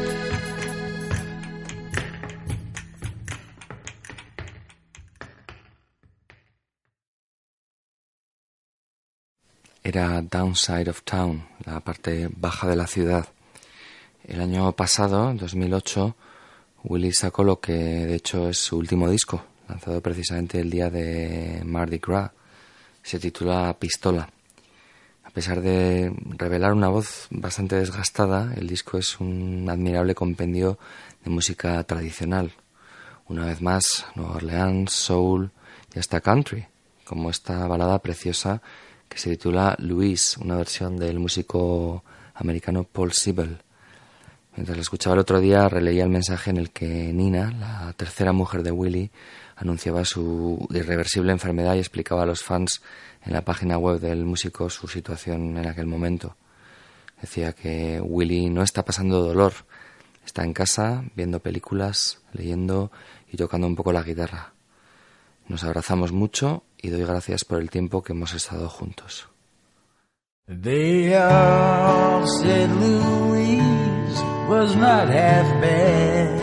Era Downside of Town, la parte baja de la ciudad. El año pasado, en 2008, Willie sacó lo que de hecho es su último disco, lanzado precisamente el día de Mardi Gras. Se titula Pistola. A pesar de revelar una voz bastante desgastada, el disco es un admirable compendio de música tradicional. Una vez más, Nueva Orleans, soul y hasta country, como esta balada preciosa que se titula Louise, una versión del músico americano Paul Siebel. Mientras la escuchaba el otro día, releía el mensaje en el que Nina, la tercera mujer de Willie, anunciaba su irreversible enfermedad y explicaba a los fans en la página web del músico su situación en aquel momento. Decía que Willie no está pasando dolor, está en casa, viendo películas, leyendo y tocando un poco la guitarra. Nos abrazamos mucho y doy gracias por el tiempo que hemos estado juntos. They all said Louise was not half bad.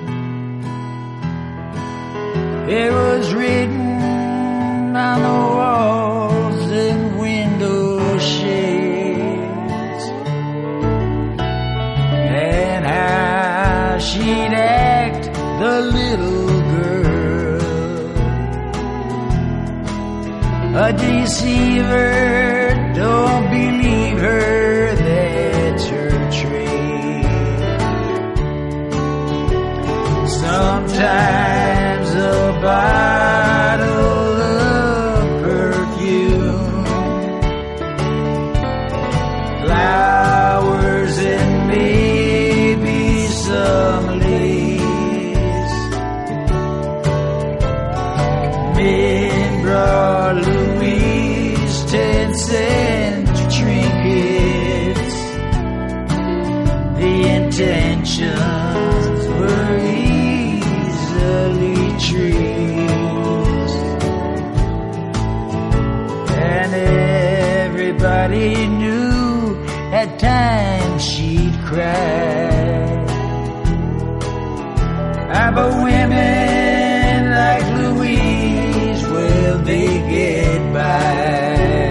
It was written on the walls and window shades, and how she'd act the little girl, a deceiver. Don't believe her, that's her trade. Sometimes a bottle of perfume, flowers and maybe some lace. Men brought Louise 10 cent trinkets. The intentions were easily traced, and everybody knew at times she'd cry. But women like Louise, well, they get by.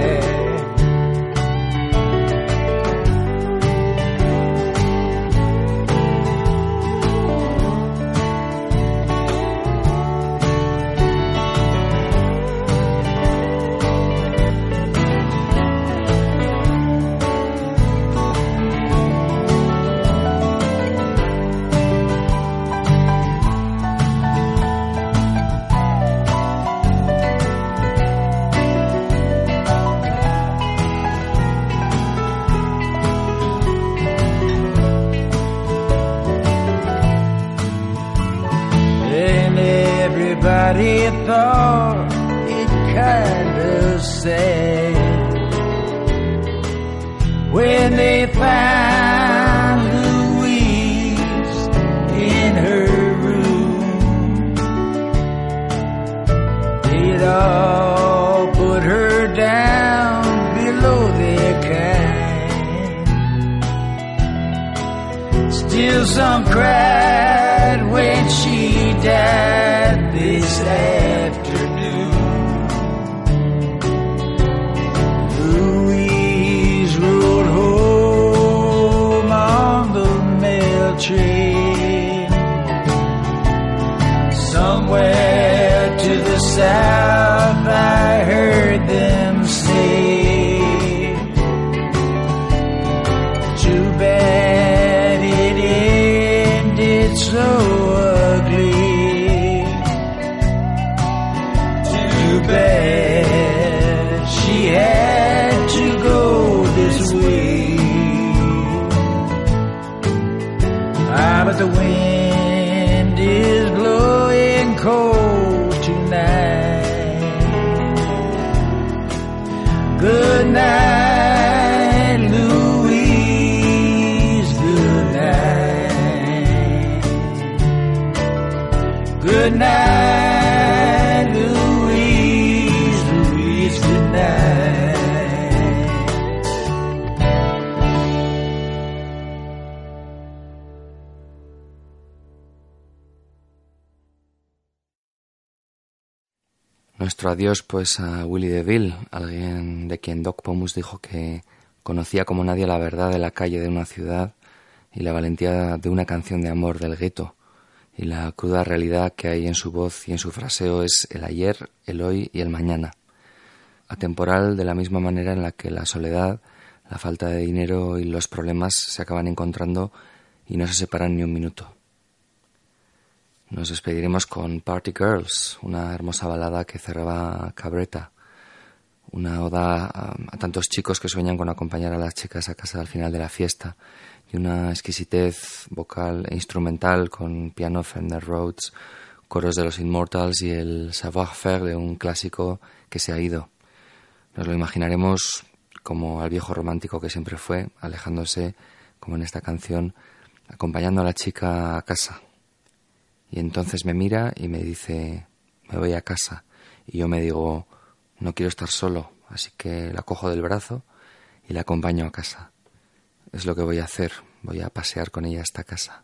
Everybody thought it kind of sad when they found Louise in her room. They'd all put her down below their kind. Still some cried when she died this afternoon. Louise rode home on the mail train, somewhere to the south, I heard them say. Too bad it ended so ugly. Too bad she had to go this way. But the wind is blowing cold tonight. Good night, Louise, good night. Good night, Louise, Louise, good night. Nuestro adiós pues a Willie DeVille, alguien de quien Doc Pomus dijo que conocía como nadie la verdad de la calle de una ciudad y la valentía de una canción de amor del gueto, y la cruda realidad que hay en su voz y en su fraseo es el ayer, el hoy y el mañana. Atemporal de la misma manera en la que la soledad, la falta de dinero y los problemas se acaban encontrando y no se separan ni un minuto. Nos despediremos con Party Girls, una hermosa balada que cerraba Cabretta, una oda a tantos chicos que sueñan con acompañar a las chicas a casa al final de la fiesta, de una exquisitez vocal e instrumental con piano Fender Rhodes, coros de los Immortals y el savoir-faire de un clásico que se ha ido. Nos lo imaginaremos como al viejo romántico que siempre fue, alejándose, como en esta canción, acompañando a la chica a casa. Y entonces me mira y me dice, me voy a casa. Y yo me digo, no quiero estar solo, así que la cojo del brazo y la acompaño a casa. Es lo que voy a hacer, voy a pasear con ella hasta casa.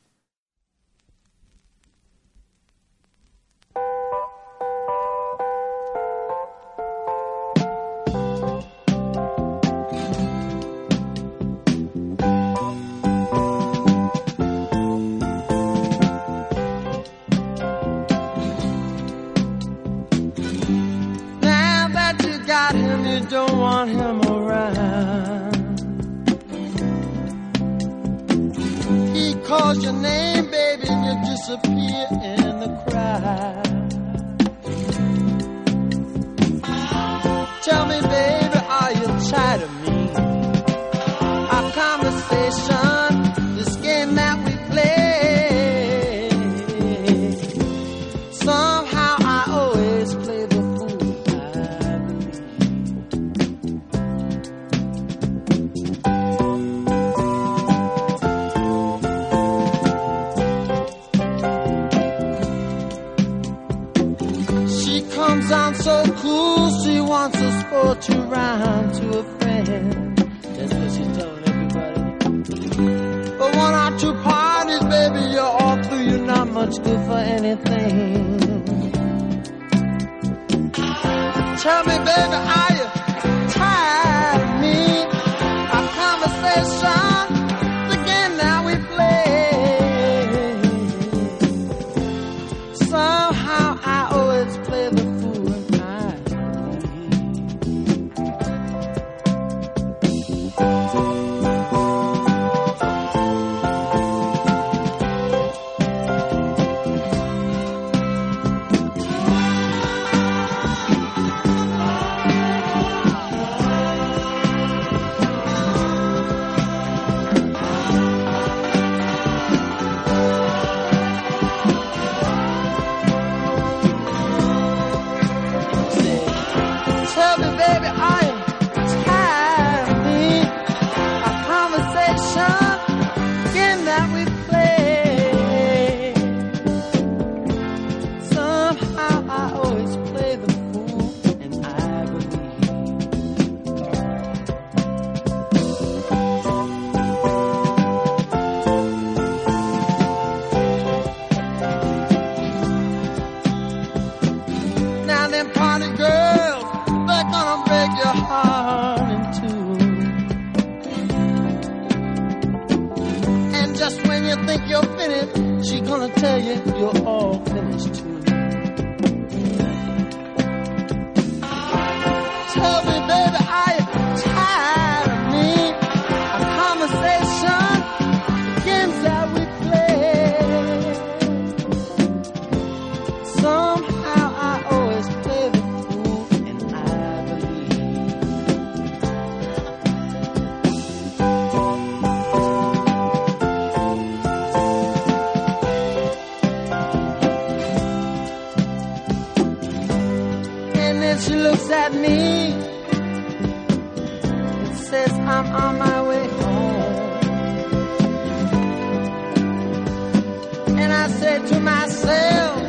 Don't want him around. He calls your name, baby, and you disappear in the crowd. Tell me, baby, are you tired of me? Our conversation, this game that we play. Somehow I always play the sounds so cool, she wants to sport you round to a friend. That's what she's telling everybody. But one or two parties, baby, you're all through, you're not much good for anything. Tell me, baby, are you tired of me? Our conversation, the game that we play. Somehow I always play the think you're finished, she's gonna tell you you're all finished too. Tell me, baby, are you tired of me? A conversation, the games that we play. Somehow I always play the fool, and I she looks at me and says I'm on my way home. And I said to myself,